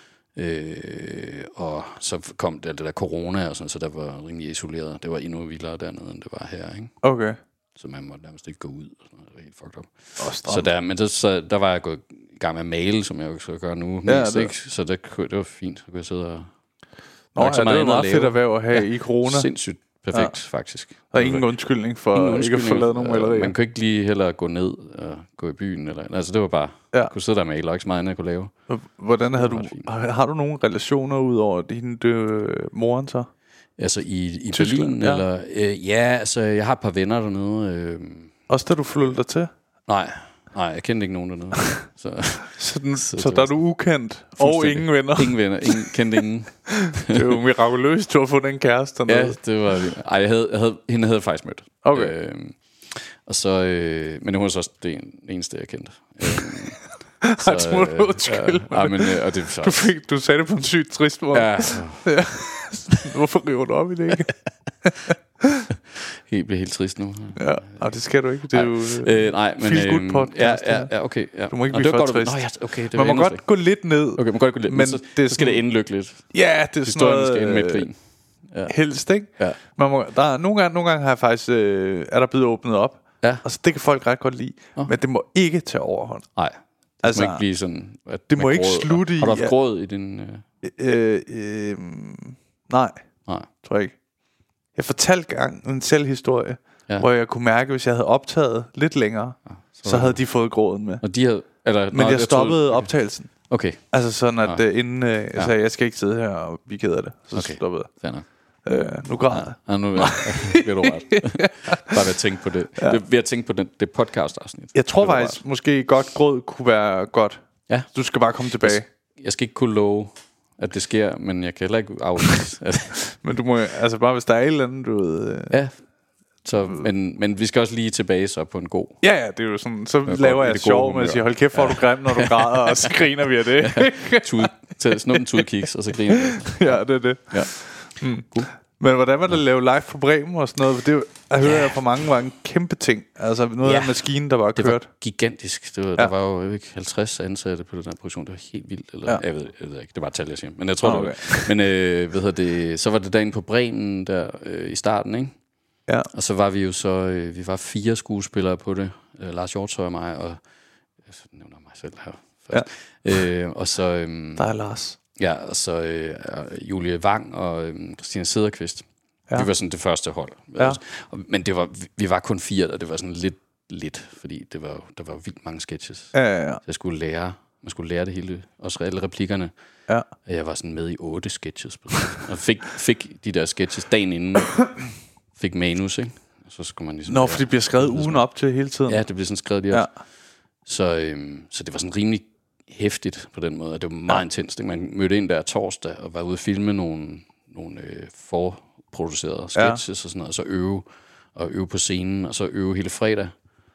øh, og så kom det, det der corona og sådan, så der var rimelig isoleret. Det var endnu vildere dernede, end det var her, ikke? Okay. Så man måtte nærmest ikke gå ud, og sådan noget, det var helt fucked up. Oh, så der, men det, så, der var jeg gået i gang med at male, som jeg jo skal gøre nu, ja, mest, det. ikke? Så det, det var fint, så kunne jeg sidde og... Nå, ja, det er meget fedt erhverv at have ja, i corona. Sindssygt perfekt, ja. faktisk. Der er ingen undskyldning for ingen undskyldning. Ikke at få lavet nogen malerier. Man kunne ikke lige heller gå ned og gå i byen. Eller, altså det var bare, ja. kunne sidde der med og ikke så meget andet, jeg kunne lave. Hvordan havde du, har, har du nogle relationer ud over din øh, moren så? Altså i, i Berlin? Ja. Eller, øh, ja, altså jeg har et par venner dernede. Øh. Også da du flyttede dig til? Nej. Nej, jeg kendte ikke nogen dernede. Så, så, den, så, så der er du ukendt, og ingen venner? Ingen venner, ingen, kendte ingen. Det er jo mirakuløst, du har fået den kæreste dernede. Ja, det var det. Ej, jeg havde, jeg havde, hende havde jeg faktisk mødt. Okay. Øh, og så, øh, men hun var så også det eneste, jeg kendte. Øh, så, Ej, må du undskylde. Ja, ja, men, øh, og det, så, du, fik, du sagde det på en sygt trist måde. Ja. ja. Hvorfor river du op i det ikke? helt, bliver helt trist nu. Ja, og det skal du ikke. Det er jo øh, nej, men feel good podcast. Ja, ja, ja, okay. Ja. Du må ikke blive for trist. Nå, ja, okay, det man må godt gå lidt ned. Okay, man må godt gå lidt men men så, det så skal det ende lykkeligt. Ja, det er sådan noget... skal ende med et grin. Ja. Helst, ikke? Ja. Man må, der er, nogle, gange, nogle gange har jeg faktisk... Øh, er der blevet åbnet op. Ja. Altså, det kan folk ret godt lide. Oh. Men det må ikke tage overhånd. Nej. Det altså, må ikke blive sådan... At det må ikke gråd, slutte i... Har du haft gråd i din... Øh... Øh, øh, nej. Nej. Tror jeg ikke. Jeg fortalte gang en selvhistorie, ja. Hvor jeg kunne mærke, hvis jeg havde optaget lidt længere, ja, så, så havde de fået gråden med. Og de havde, eller, Men nå, jeg stoppede jeg troede, optagelsen. Okay. Altså sådan, at ja. uh, inden uh, jeg ja. sagde, jeg skal ikke sidde her og blive ked af det. Så okay. stoppede jeg. Uh, nu græder jeg. Ja, nu bliver du ret. Bare ved at tænke på det. Ja. Ved at tænke på den, det podcast-afsnit. Jeg tror faktisk, måske godt gråd kunne være godt. Ja. Du skal bare komme tilbage. Jeg, jeg skal ikke kunne love, at det sker, men jeg kan heller ikke afvise. at men du må, altså bare hvis der er et eller andet, du ved... Uh, ja. Så, men, men vi skal også lige tilbage så på en god... Ja, ja, det er jo sådan... Så laver jeg sjov med at sige, hold kæft, hvor ja. Du grim, når du græder, og så griner vi af det. Ja. Tud, snup en tudkiks, og så griner vi. Ja, det er det. Ja. Mm. Cool. Men hvordan var det at lave live på Bremen og sådan noget? Det jeg hører jeg fra mange var en kæmpe ting. Altså noget ja. Af maskinen, der var kørt. Det var gigantisk. Det var, ja. Der var jo ikke halvtreds ansatte på den her produktion. Det var helt vildt. Eller, ja. jeg, ved, jeg ved ikke, det var et tal, jeg siger. Men jeg tror, okay. det var. Men øh, hvad hedder det, så var det dagen på Bremen der øh, i starten, ikke? Ja. Og så var vi jo så, øh, vi var fire skuespillere på det. Øh, Lars Hjortshøj og mig, og jeg nævner mig selv her først. Ja. Øh, og så... Øh, der er Lars. Ja, og så øh, Julie Wang og øh, Christina Sederqvist. Ja. Vi var sådan det første hold. Ja. Men det var, vi var kun fire, og det var sådan lidt, lidt fordi det var, der var vildt mange sketches. Ja, ja, ja. Så jeg skulle lære, man skulle lære det hele, også alle replikkerne. Ja. Og jeg var sådan med i otte sketches. Og fik, fik de der sketches dagen inden, fik manus, ikke? Og så skulle man ligesom... Nå, for det bliver skrevet ugen op til hele tiden. Ja, det bliver sådan skrevet lige op. Ja. Så, øhm, så det var sådan rimelig hæftigt på den måde, og det var meget ja. Intenst. Ikke? Man mødte ind der torsdag og var ude at filme nogle, nogle øh, forproducerede sketches ja. Og sådan noget, og så øve, og øve på scenen, og så øve hele fredag,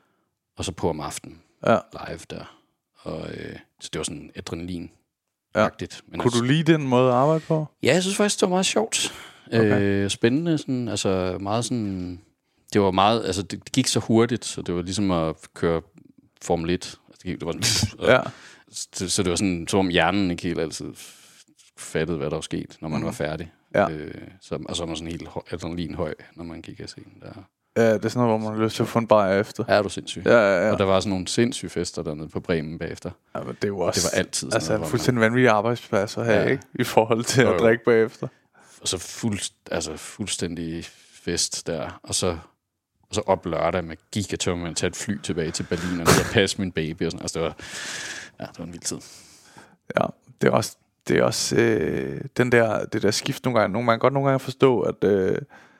og så på om aftenen ja. Live der. Og, øh, så det var sådan adrenalin. Ja. Men kunne altså, du lide den måde at arbejde på? Ja, jeg synes faktisk, det var meget sjovt. Okay. Øh, spændende, sådan, altså meget sådan... Det var meget, altså det, det gik så hurtigt, så det var ligesom at køre Formel et. Altså, det, gik, det var sådan, ja. så, så det var sådan, som om hjernen ikke helt altid fattede, hvad der var sket, når man mm. var færdig. Ja. Øh, så, og så var man sådan helt adrenalin høj, når man gik af scenen der. Ja, det er sådan noget, hvor man har lyst til at få en bajer efter. Ja, er du sindssyg. Ja, ja, ja. Og der var sådan nogle sindssyge fester dernede på Bremen bagefter. Ja, men det var også... Det var altid sådan altså, noget, fuldstændig man... vanvittig arbejdsplads at have, ja. Ikke? I forhold til at drikke bagefter. Og så fuld, altså, fuldstændig fest der. Og så, og så op lørdag med gigatømmer, man tager et fly tilbage til Berlin, og så passe min baby og sådan. Altså, det var, ja, det var en vild tid. Ja, det er også... Det er også øh, den der, det der skift nogle gange. Nogle, man kan godt nogle gange forstå, at, øh,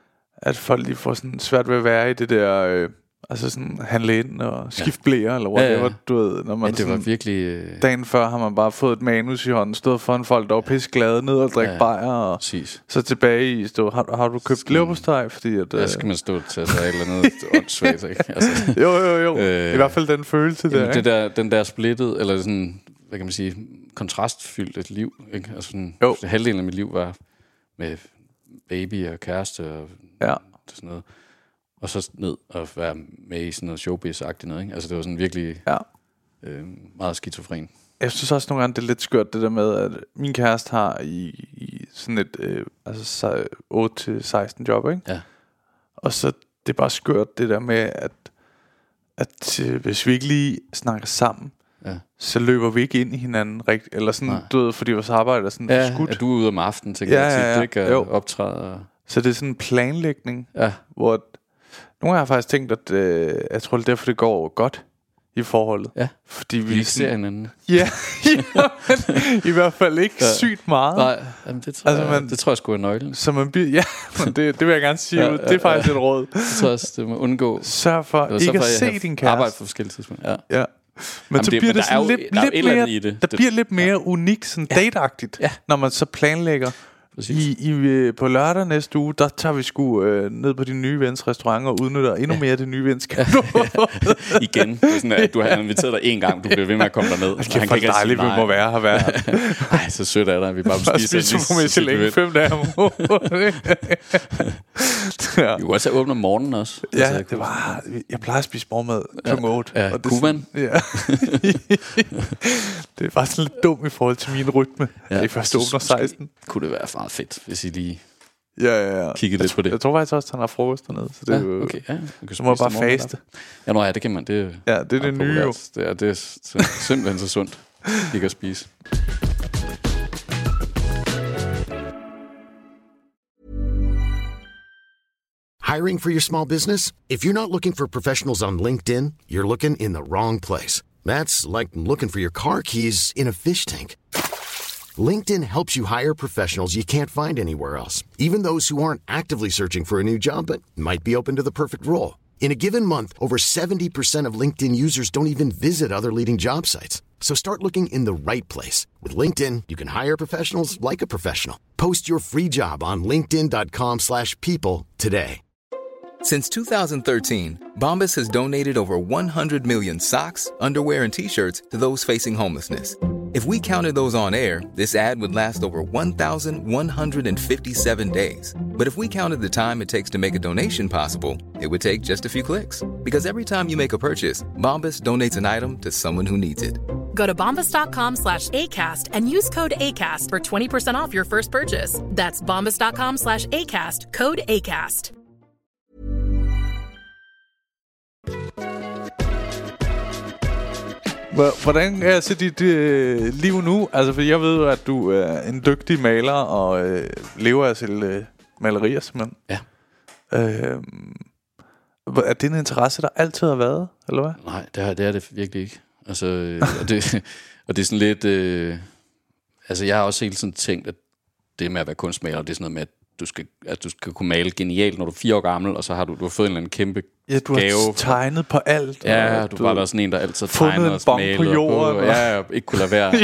at folk lige får sådan svært ved at være i det der, øh, altså sådan handle ind og skifte blære, eller whatever, ja, ja. Du ved. Når man ja, det sådan, var virkelig... Øh... Dagen før har man bare fået et manus i hånden, stået foran folk, der var pisse glade, ned og drikke ja, bajer, og præcis. Så tilbage i stå, har, har du købt leverpostej? Fordi at... Ja, skal man stå til sig et eller andet åndssvagt, ikke? Altså, jo, jo, jo. Øh, I hvert fald den følelse der, det der, den der splittet, eller sådan... hvad kan man sige, kontrastfyldt et liv, ikke? Altså sådan, halvdelen af mit liv var med baby og kæreste og ja. Sådan noget. Og så ned og være med i sådan noget showbiz-agtigt noget, ikke? Altså det var sådan virkelig ja. øh, meget skizofren. Jeg synes også nogle gange, det er lidt skørt, det der med, at min kæreste har i, i sådan et øh, altså otte til seksten job, ikke? Ja. Og så det er bare skørt, det der med, at, at øh, hvis vi ikke lige snakker sammen, ja. Så løber vi ikke ind i hinanden rigtigt, eller sådan, du ved, fordi vores arbejde er sådan ja, skudt. Ja, du er ude om aftenen, tænker ja, jeg tit, ja, ja. ikke? Og optræder. Så det er sådan en planlægning, ja. Hvor nogle har jeg faktisk tænkt, at øh, jeg tror, det er derfor, det går godt i forholdet. Ja, fordi vi, vi ikke ser hinanden. Ja, ja i hvert fald ikke ja. Sygt meget. Nej, jamen det, tror altså, man, jeg, det tror jeg sgu er nøglen. Så man bliver, ja, men det, det vil jeg gerne sige ja, ud. Det er faktisk ja. Et råd. Det tror jeg også, det må undgå. Sørg for ikke for, at se din kæreste. Arbejde for forskellige tidspunkter. Ja. Ja. Men jamen så det, bliver men det sådan jo, lidt, lidt mere, i det. Der det, bliver lidt mere ja. Unikt, sådan ja. Dateagtigt, ja. Når man så planlægger. I, i, på lørdag næste uge, der tager vi sgu øh, ned på din nye vens restaurant og udnytter endnu ja. Mere det nye vens. Ja. Igen, det er sådan, at du har inviteret dig en gang, du bliver ved med at komme derned. Det er for dejligt, vi må være her hver. Nej, så sødt er der, vi bare spiser. Spiser på Michelin fem dage om ugen. ja. Vi kunne også have åbnet om morgenen også. Ja, altså, det var... Jeg plejer at spise morgenmad klokken otte. Ja, og det kunne man? Ja. Det er bare sådan lidt dumt i forhold til min rytme. Ja, at I først åbner seksten. Kunne det være meget fedt, hvis I lige... Ja, ja, ja. Kigge lidt på det. Jeg tror faktisk også, at han har frokost dernede. Så det ja, er jo, okay. Ja, så må jeg bare faste. Ja, nå, ja, det kan man. Det, ja, det er det nye jo. Det er, det er simpelthen så sundt, ikke at spise. Hiring for your small business? If you're not looking for professionals on LinkedIn, you're looking in the wrong place. That's like looking for your car keys in a fish tank. LinkedIn helps you hire professionals you can't find anywhere else, even those who aren't actively searching for a new job but might be open to the perfect role. In a given month, over seventy percent of LinkedIn users don't even visit other leading job sites. So start looking in the right place. With LinkedIn, you can hire professionals like a professional. Post your free job on linkedin dot com slash people today. Since two thousand thirteen, Bombas has donated over one hundred million socks, underwear, and T-shirts to those facing homelessness. If we counted those on air, this ad would last over one thousand one hundred fifty-seven days. But if we counted the time it takes to make a donation possible, it would take just a few clicks. Because every time you make a purchase, Bombas donates an item to someone who needs it. Go to bombas.com slash ACAST and use code ACAST for twenty percent off your first purchase. That's bombas.com slash ACAST, code ACAST. Hvordan er så dit øh, liv nu? Altså, for jeg ved jo, at du er en dygtig maler og øh, lever af selv øh, malerier, simpelthen. Ja. Øh, er det en interesse, der altid har været, eller hvad? Nej, det er det, er det virkelig ikke. Altså, øh, og, det, og det er sådan lidt... Øh, altså, jeg har også hele tiden tænkt, at det med at være kunstmaler, det er sådan noget med, at du skal, at du skal kunne male genialt, når du er fire år gammel, og så har du, du har fået en eller anden kæmpe ja, du gave. har tegnet på alt. Ja, du, du har været sådan en, der altid tegner og maler. Fundet en bong på jorden. Og, ja, og ikke kunne lade være.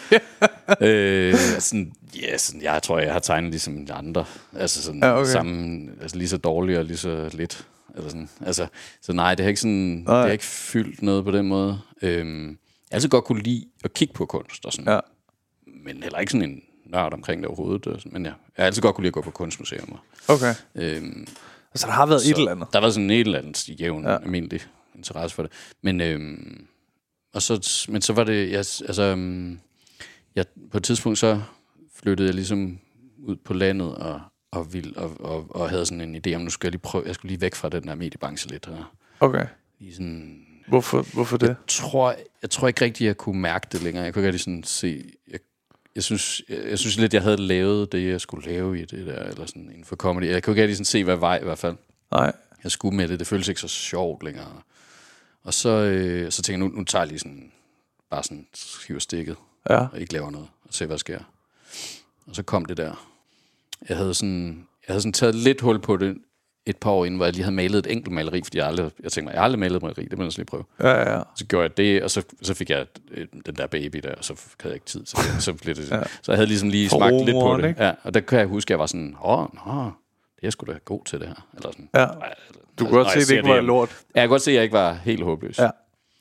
Og, øh, sådan, ja, sådan, jeg tror, jeg har tegnet ligesom de andre. Altså sådan ja, okay. sammen, altså lige så dårligt og lige så lidt. Eller sådan. Altså, så nej, det har ikke sådan, det har ikke fyldt noget på den måde. Øhm, jeg har altid godt kunne lide at kigge på kunst og sådan. Ja. Men heller ikke sådan en nørd omkring det overhovedet. Men ja, jeg har altid godt kunne lide at gå på kunstmuseum. Okay. Øhm, altså der har været så, et eller andet. Der har været sådan et eller andet jævn ja. almindelig interesse for det. Men, øhm, og så, men så var det, jeg, altså, øhm, jeg, på et tidspunkt så flyttede jeg ligesom ud på landet og, og, ville, og, og, og havde sådan en idé om, nu skulle jeg lige prøve, jeg skulle lige væk fra den der mediebranche lidt. Og okay. Lige sådan, hvorfor, hvorfor det? Jeg tror, jeg tror ikke rigtig, jeg kunne mærke det længere. Jeg kunne ikke rigtig sådan se... Jeg, Jeg synes, jeg, jeg synes lidt, jeg havde lavet det, jeg skulle lave i det der, eller sådan inden for comedy. Jeg kunne ikke rigtig sådan se, hvad vej i hvert fald. Nej. Jeg skulle med det. Det føltes ikke så sjovt længere. Og så, øh, så tænkte jeg, nu, nu tager jeg lige sådan, bare sådan hiver stikket, ja. og ikke laver noget, og se, hvad der sker. Og så kom det der. Jeg havde sådan, jeg havde sådan taget lidt hul på det et par år inden, hvor jeg lige havde malet et enkelt maleri, fordi jeg aldrig, jeg tænkte mig, jeg har aldrig malet et maleri, det må jeg lige prøve. Ja, ja. Så gjorde jeg det, og så, så fik jeg den der baby der, og så havde jeg ikke tid til det. Så, blev det, ja. Så jeg havde ligesom lige smagt lidt på det. Ja, og der kan jeg huske, at jeg var sådan, åh, nå, det er jeg sgu da god til det her. Eller sådan. Ja. Du kunne godt se, at det ikke var lort. Ja, jeg kunne godt se, at jeg ikke var helt håbløs. Ja. Og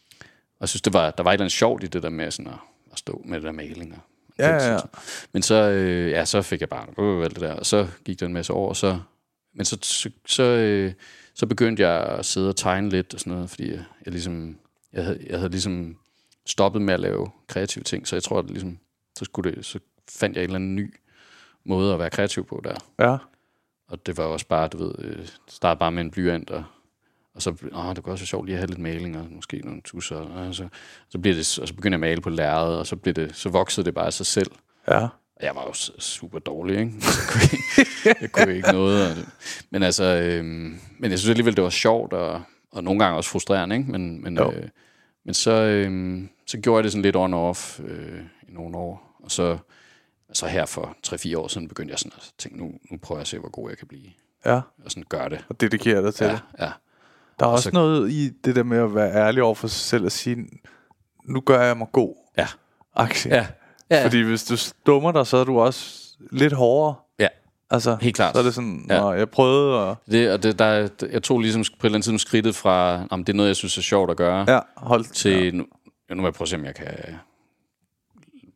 jeg synes, det var, der var et eller andet sjovt i det der med sådan at, at stå med det der malinger. Ja, ja, ja. Men så, øh, ja, så fik jeg bare øh, alt det der, og så gik der en masse år, og så Men så, så, så, øh, så begyndte jeg at sidde og tegne lidt og sådan noget, fordi jeg, jeg ligesom, jeg havde, jeg havde ligesom stoppet med at lave kreative ting, så jeg tror, at ligesom, så, skulle det, så fandt jeg en eller anden ny måde at være kreativ på der. Ja. Og det var også bare, du ved, øh, startede bare med en blyant, og, og så, åh, det kunne også være sjovt lige at have lidt maling, og måske nogle tusser, og så, så, blev det, og så begyndte jeg at male på lærredet, og så, blev det, så voksede det bare af sig selv. Ja. Jeg var jo super dårlig, ikke? Jeg kunne ikke, jeg kunne ikke noget. Men altså, øhm, men jeg synes alligevel, det var sjovt, og, og nogle gange også frustrerende, ikke? Men, men, øh, men så, øhm, så gjorde jeg det sådan lidt on-off øh, i nogle år. Og så, så her for tre fire år siden begyndte jeg sådan at tænke, nu, nu prøver jeg at se, hvor god jeg kan blive. Ja. Og sådan gøre det. Og dedikere dig til ja, det. Ja. Der er og også så, noget i det der med at være ærlig over for sig selv og sige, nu gør jeg mig god. Ja. Aktie. Ja. Ja, ja. Fordi hvis du stummer dig, så er du også lidt hårdere. Ja, altså, helt klart. Så er det sådan, ja. jeg prøvede og... Det, og det, der, jeg tog ligesom på et eller andet tidspunkt skridtet fra, om det er noget, jeg synes er sjovt at gøre, ja, hold, til, ja. Nu, nu må jeg prøve at se, om jeg kan på en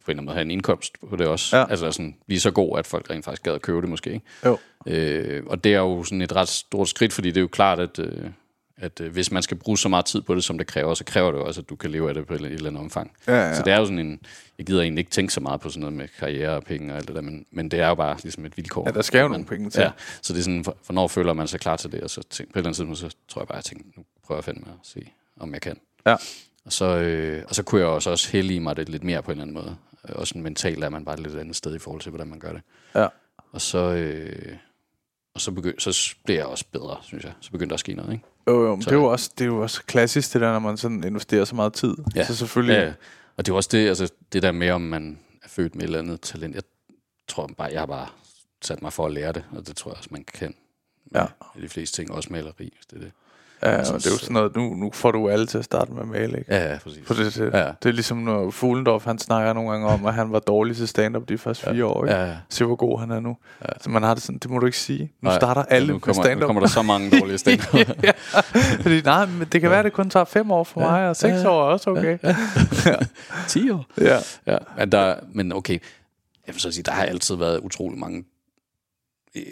på en eller anden måde have en indkomst på det også. Ja. Altså sådan, blive så god, at folk rent faktisk gad at købe det måske. Ikke? Jo. Øh, og det er jo sådan et ret stort skridt, fordi det er jo klart, at, øh, at øh, hvis man skal bruge så meget tid på det, som det kræver, så kræver det jo også, at du kan leve af det på et eller andet omfang. Ja, ja. Så det er jo sådan en... Jeg gider egentlig ikke tænke så meget på sådan noget med karriere og penge og alt det der, men, men det er jo bare ligesom et vilkår. Ja, der skal jo nogle penge til. Ja, så det er sådan, hvornår føler man sig klar til det, og så tænk, på et eller andet tidspunkt, så tror jeg bare, at jeg tænker, nu prøver jeg fandme at se, om jeg kan. Ja. Og så, øh, og så kunne jeg også, også hellige mig det lidt mere på en eller anden måde. Også mentalt er man bare et lidt andet sted i forhold til, hvordan man gør det. Ja. Og så, øh, og så, begynd, så blev jeg også bedre, synes jeg. Så begyndte der at ske noget, ikke? Jo, jo, men det er jo, også, det er jo også klassisk, det der, når man sådan investerer så meget tid. Ja. Så selvfølgelig... Ja, og det er også det, altså det der med, om man er født med et eller andet talent. Jeg tror bare, jeg har bare sat mig for at lære det, og det tror jeg også, man kan. Ja. De fleste ting, også maleri, hvis det er det. Ja, og det er jo sådan noget, nu, nu får du alle til at starte med at male, ikke? Ja, ja, præcis. For det, det, ja. det er ligesom, når Fuglendorf, han snakker nogle gange om, at han var dårlig til stand-up de første fire ja. år, ikke? Ja, ja. Se, hvor god han er nu. Ja. Så man har det sådan, det må du ikke sige. Nu nej, starter alle ja, nu kommer, med stand-up. Nu kommer der så mange dårlige stand-up. ja, fordi, nej, men det kan ja. være, at det kun tager fem år for ja. mig, og seks ja. år er også okay. Ja. ja. ti år. Ja. ja. Men, der, men okay, jeg vil så sige, der har altid været utrolig mange øh,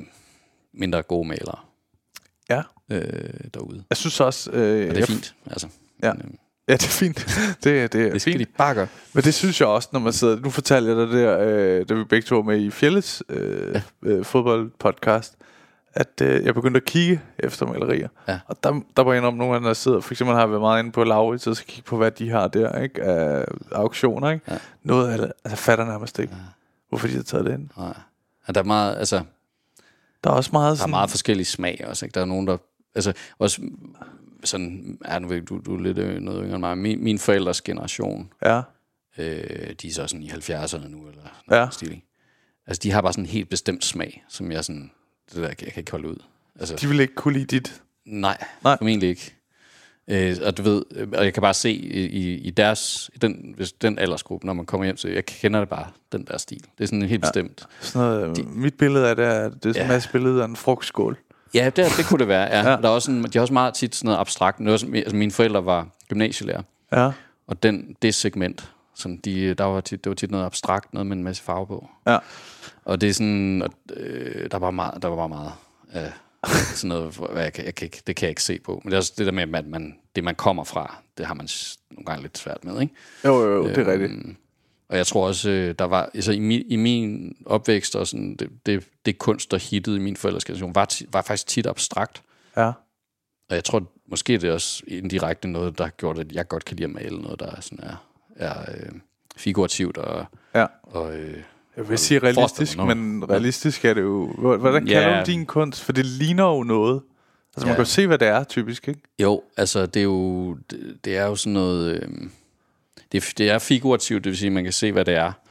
mindre gode malere. Ja. Øh, derude. Jeg synes også... Øh, og det er fint, altså. Ja. Men, øh, ja, det er fint. det, det er det skal fint. de bare gøre. Men det synes jeg også, når man sidder... Nu fortalte jeg dig der, øh, da vi begge to var med i Fjellets øh, ja. øh, fodboldpodcast, at øh, jeg begyndte at kigge efter malerier. Ja. Og der, der var en om nogle af der sidder... For eksempel har jeg været meget inde på Laurits, og så kigge på, hvad de har der, ikke? Af auktioner, ikke? Ja. Noget af det, altså fatter nærmest ikke, ja. hvorfor de har taget det ind. Nej. Ja, der er meget, altså... Der er også meget der er meget forskellige smag også, ikke? Der er nogen, der... Altså, også sådan... Ja, nu ved du, du er lidt noget yngre end mig. Min, min forældres generation... Ja. Øh, de er så sådan i halvfjerdserne nu, eller noget ja. stil. Altså, de har bare sådan en helt bestemt smag, som jeg sådan... Det der, jeg kan ikke holde ud. Altså, de vil ikke kunne lide dit? Nej, nej. Formentlig ikke. Øh, og du ved... Og jeg kan bare se i, i deres... I den, hvis den aldersgruppe, når man kommer hjem, så jeg kender det bare, den der stil. Det er sådan helt ja. bestemt. Sådan noget, de, mit billede af det er, det er sådan ja. en masse billeder af en frugtskål. Ja, det, det kunne det være, ja. ja. Der er også en, de har også meget tit sådan noget abstrakt. Noget, altså, mine forældre var gymnasielærer. Ja. Og den, det segment, sådan de, der var tit, det var tit noget abstrakt, noget med en masse farve på. Ja. Og det er sådan, og, øh, der var meget, der var bare meget øh, sådan noget, hvad jeg, jeg kan ikke, det kan jeg ikke se på. Men det er også det der med, at man, det man kommer fra, det har man nogle gange lidt svært med, ikke? Jo, jo, jo det er øhm, rigtigt. Og jeg tror også, der var, altså i min, i min opvækst, og sådan, det, det, det kunst, der hittede i min forældres generation, var, ti, var faktisk tit abstrakt. Ja. Og jeg tror, måske det er også indirekte noget, der har gjort, at jeg godt kan lide at male noget, der sådan er, er øh, figurativt og... Ja. og øh, jeg vil sige realistisk, men realistisk er det jo... Hvordan kalder ja. du din kunst? For det ligner jo noget. Altså man ja. kan jo se, hvad det er, typisk, ikke? Jo, altså det er jo, det, det er jo sådan noget... Øh, det, det er figurativt, det vil sige, at man kan se, hvad det er.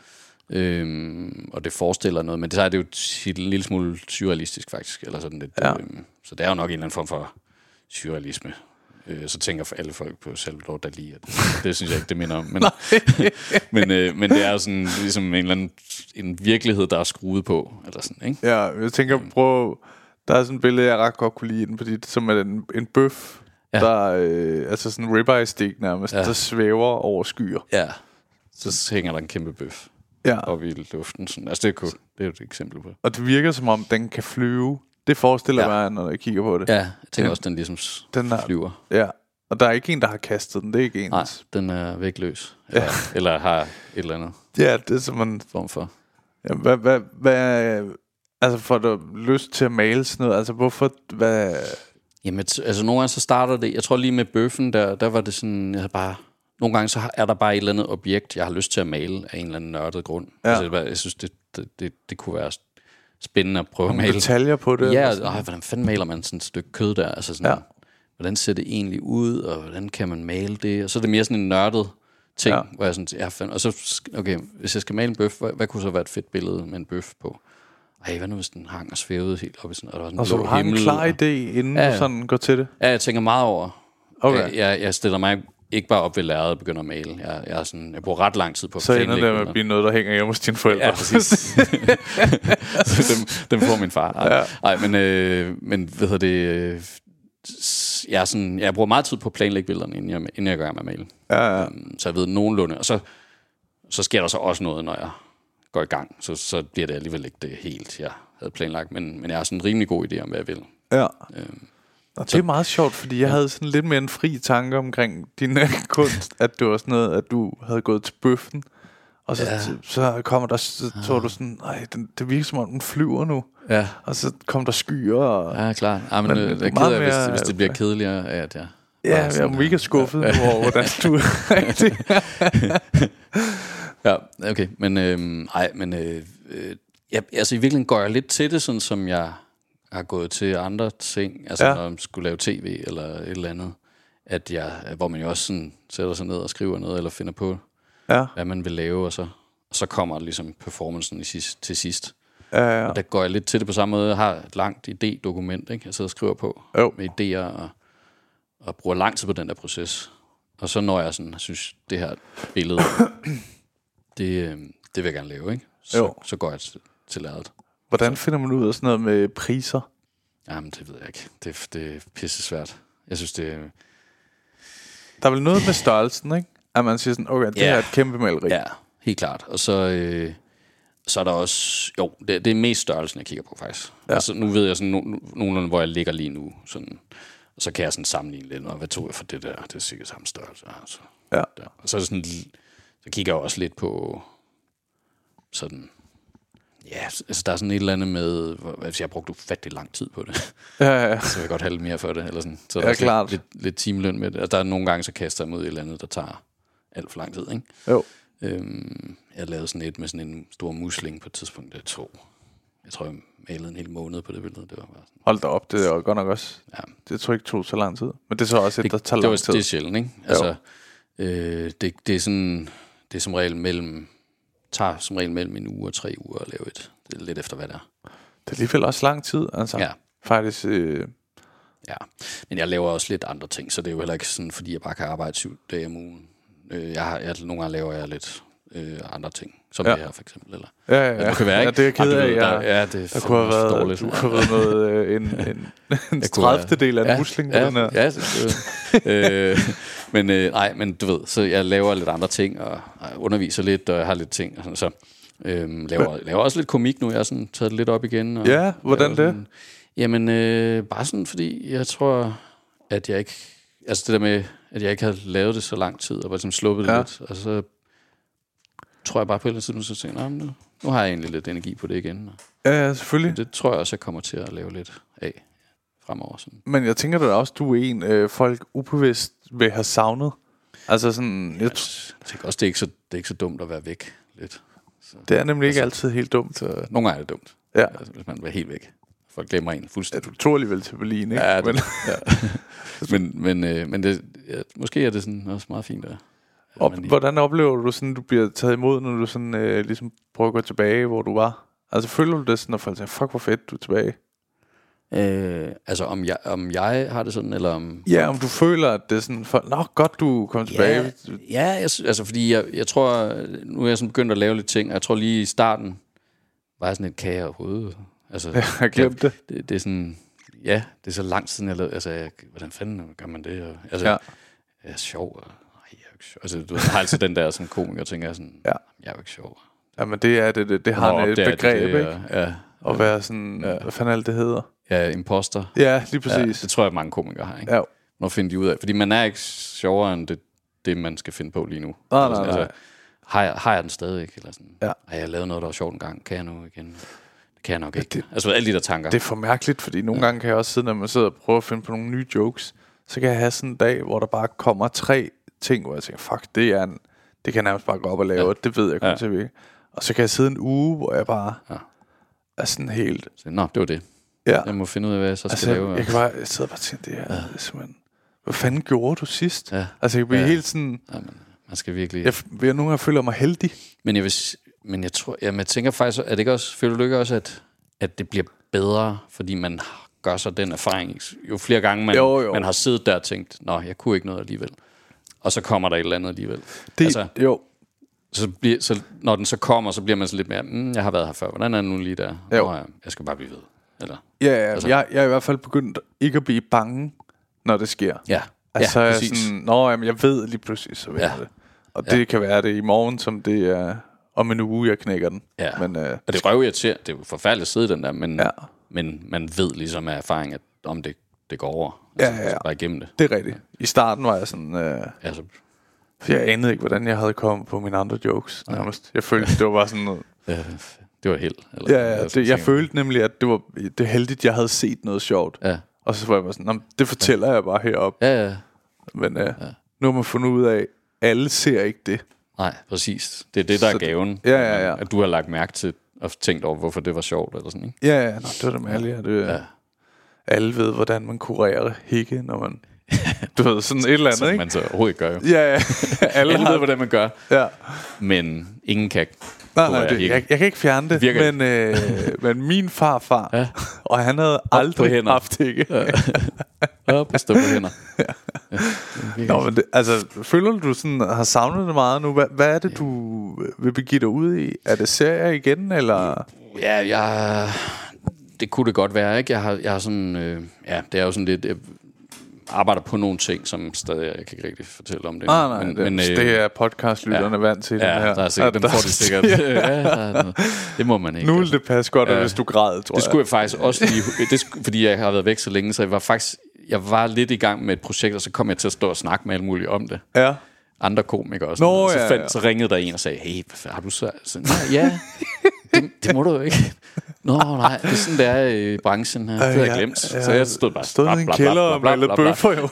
Øh, og det forestiller noget, men det, så er det jo tit en lille smule surrealistisk, faktisk. Eller sådan lidt, ja. øh, så det er jo nok en eller anden form for surrealisme. Øh, så tænker alle folk på Salvador Dalí, og det, det synes jeg ikke, det minder om. Men, men, øh, men det er jo sådan ligesom en eller anden en virkelighed, der er skruet på. Eller sådan, ikke? Ja, jeg tænker, prøv... Der er sådan et billede, jeg ret godt kunne lide den, fordi det, som er en, en bøf, ja. der øh, altså sådan en ribeye steak nærmest, ja. der svæver over skyer. Ja, så hænger der en kæmpe bøf ja. oppe i luften. Sådan. Altså det er, cool. Det er jo et eksempel på. Og det virker som om, den kan flyve. Det forestiller ja. mig, når jeg kigger på det. Ja, jeg tænker ja. også, den ligesom den er, flyver. Ja, og der er ikke en, der har kastet den. Det er ikke en. Nej, den er vægtløs. Eller, ja. eller har et eller andet. Ja, det er som man... form for. Ja, hvad, hvad, hvad... Altså, får du lyst til at male sådan noget? Altså, hvorfor... Hvad... Jamen, altså, nogle gange så starter det... Jeg tror lige med bøffen, der, der var det sådan... Jeg bare... Nogle gange så er der bare et eller andet objekt, jeg har lyst til at male af en eller anden nørdet grund. Ja. Altså, jeg synes, det, det, det, det kunne være spændende at prøve at male. Detaljer på det? Ja, og, og hvordan fanden maler man sådan et stykke kød der? Altså sådan, ja. Hvordan ser det egentlig ud, og hvordan kan man male det? Og så er det mere sådan en nørdet ting, ja. hvor jeg sådan... Ja, fanden, og så, okay, hvis jeg skal male en bøf, hvad, hvad kunne så være et fedt billede med en bøf på? Ej, hvad nu hvis den hang og svævede helt op i sådan, og der var sådan og så du har en klar idé, inden ja, ja. du sådan går til det? Ja, jeg tænker meget over. Okay. Jeg, jeg, jeg stiller mig ikke bare op ved lærredet og begynder at male. Jeg, jeg, er sådan, jeg bruger ret lang tid på at så ender det med at blive noget, der hænger hjemme hos dine forældre. Ja, præcis. Så dem, dem får min far. Ej, ja. Ej men, øh, men hvad hedder det... Øh, jeg, er sådan, jeg bruger meget tid på at planlægge billederne, inden jeg, inden jeg gør med at male. Ja, ja. Um, så jeg ved nogenlunde. Og så så sker der så også noget, når jeg går i gang. Så, så bliver det alligevel ikke det helt, jeg havde planlagt. Men, men jeg har sådan en rimelig god idé om, hvad jeg vil. Ja. Øhm, Og det er meget sjovt, fordi jeg ja. havde sådan lidt mere en fri tanke omkring din kunst, at det var sådan noget, at du havde gået til bøffen, og så, ja. så kommer der, så tror du sådan, nej, det, det virker som om den flyver nu. Ja. Og så kom der skyer. Og, ja, klar. Ja, men, men det er ked af, hvis, hvis det bliver kedeligere af, at jeg... Ja, jeg er mega skuffet ja. over, hvordan du er rigtig. Ja, okay. Men, øh, nej, men... Øh, øh, jeg, altså, i virkeligheden går jeg lidt til det, sådan som jeg har gået til andre ting, altså ja. når man skulle lave tv eller et eller andet, at jeg, hvor man jo også sådan sætter sig ned og skriver noget, eller finder på, ja. hvad man vil lave, og så, og så kommer ligesom performancen i sidst, til sidst. Ja, ja, ja. Og der går jeg lidt til det på samme måde. Jeg har et langt idé-dokument, ikke? Jeg sidder og skriver på jo. med idéer, og, og bruger lang tid på den der proces. Og så når jeg sådan, synes, det her billede, det, det vil jeg gerne lave, ikke? Så, så går jeg til, til lærret. Hvordan finder man ud af sådan noget med priser? Jamen, det ved jeg ikke. Det, det er pisse svært. Jeg synes, det... Der er vel noget med størrelsen, ikke? At man siger sådan, okay, det ja. er et kæmpe maleri. Ja, helt klart. Og så, øh, så er der også... Jo, det, det er mest størrelsen, jeg kigger på, faktisk. Ja. Altså, nu ved jeg sådan no, nogenlunde, hvor jeg ligger lige nu. Sådan, og så kan jeg sådan sammenligne lidt, og hvad tog jeg for det der? Det er sikkert samme størrelse. Altså, ja. Der. Og så er det sådan... Så kigger jeg også lidt på... Sådan... Ja, altså der er sådan et eller andet med, hvis jeg har brugt ufattelig lang tid på det, ja, ja, ja. så vil jeg godt have lidt mere for det, eller sådan. Så der ja, er klart. Lidt, lidt, lidt timeløn med det. Altså, der er nogle gange, så kaster jeg mod et eller andet, der tager alt for lang tid, ikke? Jo. Øhm, jeg lavede sådan et med sådan en stor musling på et tidspunkt, det tog. Jeg tror, jeg malede en hel måned på det billede. Det var bare sådan. Hold da op, det var godt nok også. Ja. Det tror jeg ikke tog så lang tid. Men det er så også et, det, der tager lang tid. Det er sjældent, ikke? Altså, øh, det, det er sådan, det er som regel mellem, tager som regel mellem en uge og tre uger at lave et. Det er lidt efter, hvad det er. Det er alligevel også lang tid, altså. Ja. Faktisk. Øh... Ja, men jeg laver også lidt andre ting, så det er jo heller ikke sådan, fordi jeg bare kan arbejde syv dage om ugen. Øh, jeg har, jeg, nogle gange laver jeg lidt øh, andre ting, som ja. det her for eksempel. Eller, ja, ja, ja. Det kan være, ikke? Ja, det er ked af, ja. Ja, det er der kunne have været, dårligt. Du kunne have været noget, øh, en, en, en tredivte del af en ja, musling. Ja, den her. ja, det, øh, men øh, nej, men du ved, så jeg laver lidt andre ting, og, og underviser lidt, og jeg har lidt ting, og sådan, så øhm, laver, laver også lidt komik nu, jeg har sådan taget det lidt op igen. Og ja, hvordan sådan, det? Jamen, øh, bare sådan, fordi jeg tror, at jeg ikke, altså det der med, at jeg ikke havde lavet det så lang tid, og bare sådan sluppet det ja. lidt, og så tror jeg bare på et eller andet tidspunkt, så tænker jeg, nu, nu har jeg egentlig lidt energi på det igen. Ja, ja, selvfølgelig. Det tror jeg også, jeg kommer til at lave lidt af fremover. Sådan. Men jeg tænker da også, du er en, øh, folk ubevidst vil have savnet. Altså sådan... Jeg, jeg tænker også, det er, ikke så, det er ikke så dumt at være væk lidt. Så, det er nemlig ikke altså, altid helt dumt. Så, nogle gange er det dumt, ja. altså, hvis man vil helt væk. Folk glemmer en fuldstændig. Ja, du tog alligevel til Berlin, ikke? Ja, det, men, ja. men, men, øh, men det, ja, måske er det sådan også meget fint. At, Op, hvordan oplever du sådan, du bliver taget imod, når du sådan, øh, ligesom prøver at gå tilbage, hvor du var? Altså føler du det sådan, når folk siger, fuck hvor fedt, du er tilbage? Øh, altså om jeg, om jeg har det sådan, eller om... Ja, om du føler, at det er sådan, for, nå godt du kom tilbage. Ja, ja jeg, altså fordi jeg, jeg tror, nu er jeg sådan begyndt at lave lidt ting, og jeg tror lige i starten, var jeg sådan et kage overhovedet. Altså, jeg har glemt det. det. Det er sådan, ja, det er så lang tid siden, jeg lavede, altså, jeg, hvordan fanden gør man det? Og, altså, ja. Jeg er sjov, og, nej, jeg er ikke sjov. Altså, du har altid den der sådan komiker, tænker jeg sådan, ja. jeg er jo ikke sjov. Jamen det er det, det, det har et begreb, det, det, ikke? Ja. At være sådan, ja. Hvad fanden alt det hedder? Ja, imposter. Ja, lige præcis. Ja, det tror jeg, mange komikere har, ikke? Ja. Når finder de ud af, fordi man er ikke sjovere end det, det man skal finde på lige nu. Nej, nej, nej. Altså, har, jeg, har jeg den stadig ikke? Eller sådan, ja. Har jeg lavet noget, der var sjovt en gang? Kan jeg nu igen? Det kan jeg nok ikke. Det, altså alle de der tanker. Det er for mærkeligt, fordi nogle ja. gange kan jeg også sidde, når man sidder og prøver at finde på nogle nye jokes, så kan jeg have sådan en dag, hvor der bare kommer tre ting, hvor jeg tænker, fuck, det er en, det kan jeg nærmest bare gå op og lave, ja. Det ved jeg kommer ja. til at virke. Og så kan jeg sidde en uge, hvor jeg bare ja. er sådan helt... Så, nå, det var det. Ja. Jeg må finde ud af, hvad jeg så skal altså, lave. Jeg, kan bare, jeg sidder bare og tænker, det er, ja. det er simpelthen... Hvad fanden gjorde du sidst? Ja. Altså, jeg kan blive ja. helt sådan... Ja, men man skal virkelig... Jeg, jeg nogle gange føler mig heldig. Men jeg, vil, men jeg tror... Jamen, jeg tænker faktisk, at det ikke også... Føler du ikke også, at, at det bliver bedre, fordi man gør sig den erfaring? Jo flere gange man, jo, jo. man har siddet der og tænkt, nå, jeg kunne ikke noget alligevel. Og så kommer der et eller andet alligevel. Det, altså, jo. Så, bliver, så når den så kommer, så bliver man så lidt mere, mm, jeg har været her før, hvordan er det nu lige der? Nå, jeg, jeg skal bare blive ved. Eller, ja, ja altså. jeg, jeg er i hvert fald begyndt ikke at blive bange, når det sker. Ja, altså, ja jeg er sådan, nå, jamen, jeg ved lige pludselig, så ved ja. jeg det. og det ja. kan være det i morgen, som det er om en uge, jeg knækker den. Ja. Men, øh, og det røver jeg til. Det er jo forfærdeligt at sidde den der, men, ja. men man ved ligesom af erfaring, at om det, det går over. Altså, ja, ja, ja. Bare igennem det. Det er rigtigt. I starten var jeg sådan... Øh, altså, jeg anede ikke, hvordan jeg havde kommet på mine andre jokes. Nærmest. Jeg følte, det var bare sådan noget... ja, det var held. Eller, ja, ja det, jeg følte nemlig, at det var det heldigt, jeg havde set noget sjovt. Ja. Og så var jeg bare sådan, det fortæller ja. jeg bare heroppe. Ja, ja. Men øh, ja. nu har man fundet ud af, alle ser ikke det. Nej, præcis. Det er det, der er gaven. Ja, ja, ja. At du har lagt mærke til og tænkt over, hvorfor det var sjovt, eller sådan, ikke? Ja, ja. Nå, det var det mærkelige. Ja. Det, ja. Alle ved, hvordan man kurerer hikke, når man... Du ved, sådan et eller andet, som ikke? man så overhovedet ikke gør, jo. Ja, ja. Alle, alle har... ved, hvordan man gør. Ja. Men ingen kan nej, nej, det, jeg, jeg kan ikke fjerne det, det men, øh, men min farfar, ja. og han havde op aldrig haft hikke. Ja. Op og stå på hænder. Ja. Ja. Nå, men det, altså, føler du sådan, har savnet det meget nu? Hvad, hvad er det, du vil begive dig ud i? Er det serier igen, eller? Ja, jeg... Det kunne det godt være, ikke? Jeg har, jeg har sådan... Øh, ja, det er jo sådan lidt... Jeg arbejder på nogle ting, som stadig... Jeg kan ikke rigtig fortælle om det. Ah, nej, men, det, men, øh, det er podcastlytterne ja, vant til. Ja, den her. der er sikkert, ja, dem får de sikkert. ja, der er noget. Det må man ikke. Nu vil det passe godt, ja, hvis du græd, tror Det skulle jeg faktisk også lige... Det, fordi jeg har været væk så længe, så jeg var faktisk... Jeg var lidt i gang med et projekt, og så kom jeg til at stå og snakke med alt muligt om det. Ja. Andre komikere også. Nå, og så, ja, fandt, ja. så ringede der en og sagde, hey, har du så... så nej, ja, det, det må du jo ikke. Nå, nej, det er sådan, det er i branchen her. Det har jeg glemt. Ja, så jeg stod bare... Stod i en kælder og malede bøffer, jo.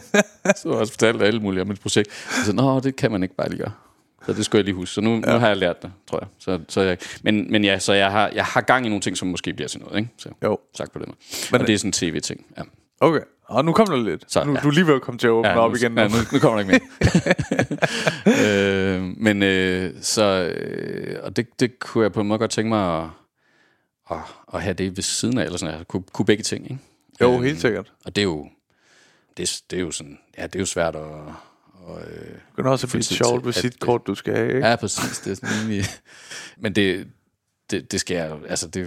Så jeg også fortalte alle mulige om mit projekt. Så nå, det kan man ikke bare lige gøre. Så det skulle jeg lige huske. Så nu, ja. nu har jeg lært det, tror jeg. Så, så jeg men, men ja, så jeg har, jeg har gang i nogle ting, som måske bliver til noget, ikke? Så, jo. Sagt på den måde. Men og det er sådan en tv-ting, ja. Okay, og nu kommer der lidt. Så, nu, ja. Du er lige ved at komme til at åbne ja, op nu, igen. Ja, nu, nu kommer der ikke mere. øh, men øh, så... Øh, og det, det kunne jeg på en måde godt tænke mig at, at, at have det ved siden af, eller sådan, at kunne, kunne begge ting, ikke? Jo, øh, helt sikkert. Og det er jo... Det, det er jo sådan... Ja, det er jo svært at... Og, øh, det kan også blive et sjovt visitkort, du skal have, ikke? Ja, præcis. Det er sådan egentlig... Men det, det, det skal jeg... Altså, det...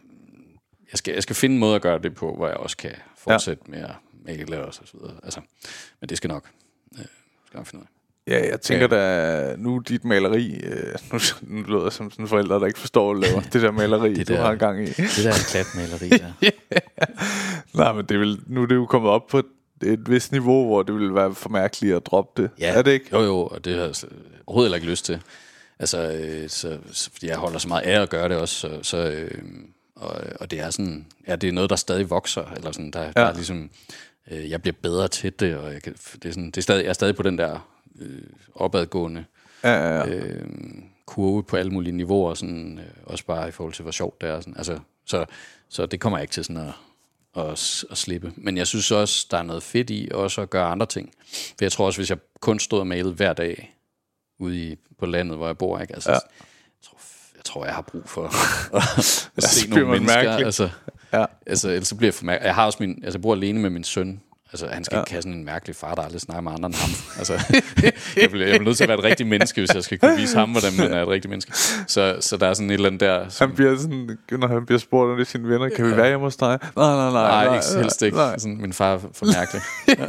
Jeg skal, jeg skal finde en måde at gøre det på, hvor jeg også kan fortsætte ja. med at male og så videre. Altså, men det skal nok... Øh, skal nok finde ud af. Ja, jeg tænker ja. da, nu dit maleri, øh, nu, nu lyder jeg som sådan en forælder, der ikke forstår at lave det der maleri, det der, du har gang i. Det der er klatmaleri, ja. yeah. Nej, men det vil, nu er det jo kommet op på et, et vist niveau, hvor det ville være for mærkeligt at droppe det. Ja. Er det ikke? Jo, jo, og det har jeg overhovedet heller ikke lyst til. Altså, øh, så, så, fordi jeg holder så meget af at gøre det også, så... så øh, og, og det er sådan... Ja, det er noget, der stadig vokser, eller sådan, der, ja. der er ligesom... Øh, jeg bliver bedre til det, og jeg kan, det er sådan... Det er stadig, jeg er stadig på den der... Øh, opadgående ja, ja, ja. Øh, kurve på alle mulige niveauer, sådan, øh, også bare i forhold til, hvor sjovt det er. Sådan. Altså, så, så det kommer jeg ikke til sådan at, at, at slippe. Men jeg synes også, der er noget fedt i også at gøre andre ting. For jeg tror også, hvis jeg kun stod og malede hver dag ude i, på landet, hvor jeg bor, ikke? Altså, ja. jeg, tror, jeg tror, jeg har brug for at, at se nogle mennesker. Altså, ja. altså, ellers så bliver jeg for mærkeligt. Jeg har også min, altså, jeg bor alene med min søn. Altså, han skal ja. ikke have sådan en mærkelig far, der aldrig snakker med andre end ham. Altså, jeg bliver, jeg bliver nødt til at være et rigtigt menneske, hvis jeg skal kunne vise ham, hvordan man er et rigtigt menneske. Så, så der er sådan et eller andet der... Som... Han bliver sådan, når han bliver spurgt om sine venner, kan vi ja. være hjemme hos dig? Nej, nej, nej. Nej, nej ikke, helst ikke. Nej. Sådan, min far er for mærkelig.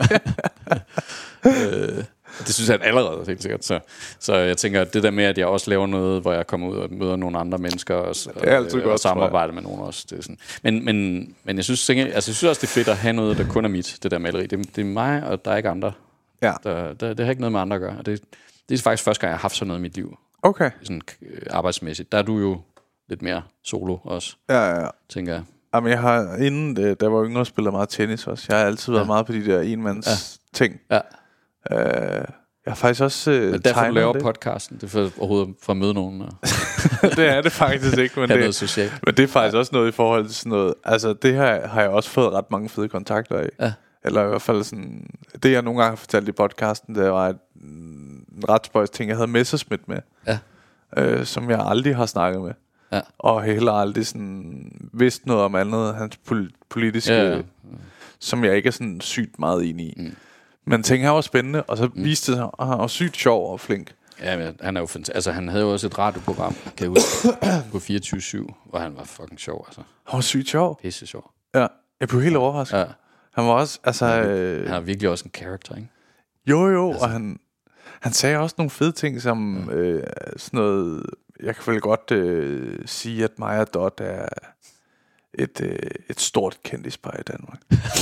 øh, det synes jeg allerede helt sikkert. Så, så jeg tænker, at det der med, at jeg også laver noget, hvor jeg kommer ud og møder nogle andre mennesker og, og, og, og samarbejder med nogen også. Det er sådan. Men, men, men jeg synes, altså, jeg synes også, det er fedt at have noget, der kun er mit, det der maleri. Det, det er mig, og der er ikke andre. Ja. Der, der, det har ikke noget med andre at gøre. Det, det er faktisk første gang, jeg har haft sådan noget i mit liv. Okay. Sådan arbejdsmæssigt. Der er du jo lidt mere solo også, ja, ja, ja. tænker jeg. Jamen, jeg har, inden da jeg var yngre, spillet meget tennis også. Jeg har altid været ja. meget på de der enmands ja. ting. Ja. Øh, jeg har faktisk også øh, tegnet derfor du laver det. Podcasten. Det er for overhovedet for at møde nogen. Og det er det faktisk ikke. Men, det, noget socialt. Men det er faktisk ja. også noget i forhold til sådan noget. Altså, det her har jeg også fået ret mange fede kontakter af. Ja. Eller i hvert fald sådan... Det, jeg nogle gange har fortalt i podcasten, det var et, en ret spøjs ting, jeg havde Messerschmidt med. Ja. Øh, som jeg aldrig har snakket med. Ja. Og heller aldrig sådan vidst noget om andet hans pol- politiske... Ja, ja. Ja. Som jeg ikke er sådan sygt meget enig i. Mm. Men ting her var spændende, og så mm. viste det sig, at han var sygt sjov og flink. Ja, men han er jo fantastisk. Altså, han havde jo også et radioprogram, kan jeg huske, på fireogtyve syv, hvor han var fucking sjov, altså. Han var sygt sjov. Pisse sjov. Ja, jeg blev helt overrasket. Ja. Han var også, altså... Han, øh... han er virkelig også en character, ikke? Jo, jo, altså. Og han... Han sagde også nogle fede ting, som ja. øh, sådan noget... Jeg kan vel godt øh, sige, at mig og Dot er et, øh, et stort kendispar i Danmark.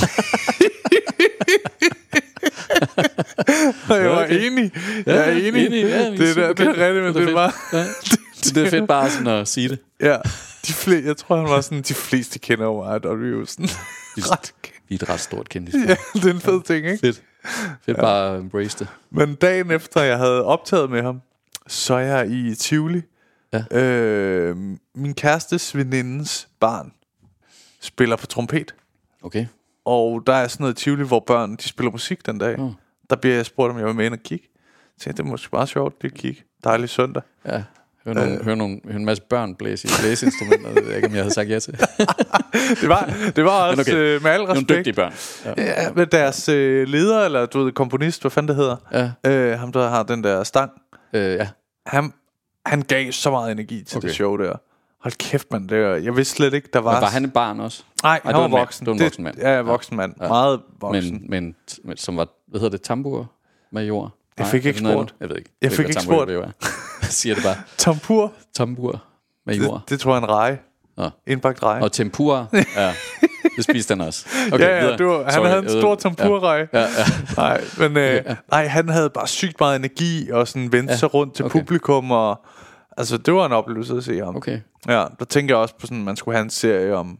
Jeg var okay. enig. Jeg er enig. enig. Ja, det, er der, det er rigtigt, men det er bare... Ja. det, det er fedt bare sådan at sige det. Ja, de fleste, jeg tror, han var sådan... De fleste kender jo mig, og vi er jo sådan... ret. Vi er et ret stort kendispar. Ja, det er en fed ting, ikke? Fedt. Fedt ja. Bare at embrace det. Men dagen efter, jeg havde optaget med ham, så er jeg i Tivoli. Ja. Øh, min kærestes venindens barn spiller på trompet. Okay. Og der er sådan noget Tivoli, hvor børn de spiller musik den dag. Mm. Der bliver jeg spurgt, om jeg var med ind og kigge. Så tænkte, det er måske bare sjovt lige at kigge. Dejlig søndag. Ja. Hør, nogle, øh. hør, nogle, hør en masse børn blæse i blæseinstrumenter. Det ved jeg ikke, om jeg havde sagt ja til. det, var, det var også okay. øh, med al respekt. Nogle dygtige børn. Ja, ja med deres øh, leder, eller du ved, komponist, hvad fanden det hedder. Ja. Øh, ham, der har den der stang. Øh, ja. Han, han gav så meget energi til okay. det show der. Hold kæft, mand. Det var, jeg vidste slet ikke, der var... Men var han et barn også? Nej, han var, var voksen. Det var en voksen mand. Ja, voksen mand. Ja. Meget voksen. Men, men, men som var, hvad hedder det, tambur major? Jeg fik ikke spurgt. Jeg ved ikke. Jeg, jeg fik ikke spurgt. Siger det bare. Tambur? Tambur major. Det, det tror jeg er en reje. Ja. Indbagt reje. Og tempura. Ja. Det spiste han også. Okay, ja, ja, det var, han Sorry, havde en stor tempurreje. Ja, ja, ja. Nej, men øh, okay, ja. nej, han havde bare sygt meget energi og sådan vendte ja, sig rundt til okay. publikum og altså det var en oplevelse at se ham. Okay. Ja, der tænker jeg også på sådan man skulle have en serie om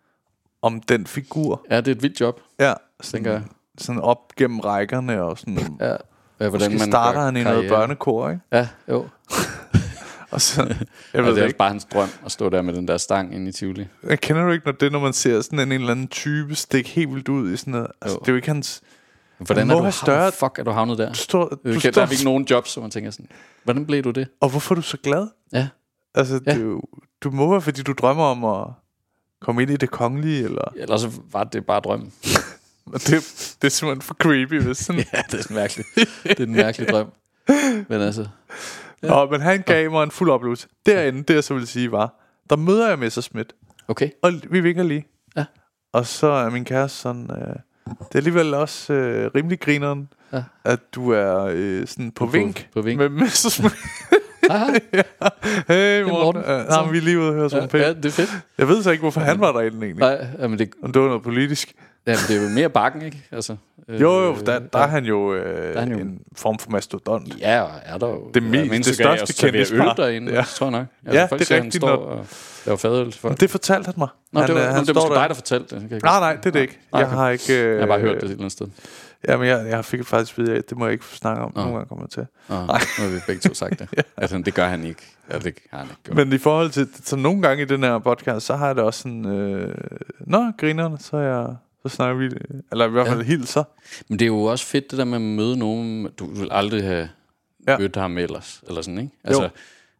om den figur. Ja, det er et vildt job. Ja, tænker jeg. Sådan op gennem rækkerne og sådan. Ja. Ja, hvordan man starter han i noget børnekor, ikke? Ja, jo. Og så, jeg ved og det er ikke. Bare hans drøm at stå der med den der stang inde i Tivoli. Jeg kender du ikke, når det når man ser sådan en, en eller anden type stikke helt vildt ud i sådan noget. Altså, det er jo ikke hans... Hvordan er du større... fuck er du havnet der? Du står, du der står... er ikke nogen jobs, så man tænker sådan, hvordan blev du det? Og hvorfor er du så glad? Ja. Altså, ja. Du, du må være, fordi du drømmer om at komme ind i det kongelige, eller... Ja, ellers var det bare drømmen. det, det er simpelthen for creepy, hvis sådan... ja, det er mærkeligt. Det er en mærkelig drøm. Men altså... Ja. Nå, men han gav mig en fuld oplevelse. Derinde, det jeg så ville sige var, der møder jeg Messerschmidt. Okay. Og vi vinker lige. Ja. Og så er min kæreste sådan, øh, det er alligevel også øh, rimelig grineren, ja. At du er øh, sådan på, på vink, på vink med Messerschmidt. ja. Hey Morten. Ja, nej, vi er lige ude og høre sådan ja, ja, det er fedt. Jeg ved så ikke, hvorfor han var derinde egentlig. Nej, jamen det... Om det var noget politisk. Ja, men det er jo mere bakken, ikke? Altså, øh, jo, jo, der, der, er han jo, øh, der er han jo en form for mastodont. Ja, og er der jo... Det, mest, det, det største kendtispar. Øl derinde, ja. Tror jeg nok. Altså, ja, det er rigtigt. Og laver fadøl for. Det fortalte han mig. Nå, han, det var, han, han det var måske dig, der fortalte det. Nej, nej, det er det ikke. Jeg har ikke... Øh, jeg har bare hørt det et eller andet sted. Ja, men jeg, jeg fik faktisk videre, at det må jeg ikke snakke om. Nogle gange kommer jeg til. Nej, nu har vi begge to sagt det. ja. Altså, det gør han ikke. Ja, det har han ikke gjort. Men i forhold til... Så nogle gange i den her podcast, så har jeg det også sådan... Øh, Nå, grinerne, så er jeg... Så snakker vi, eller i hvert fald ja. hilser. Men det er jo også fedt det der med at møde nogen, du vil aldrig have ja. mødt ham ellers, eller sådan, ikke? Altså,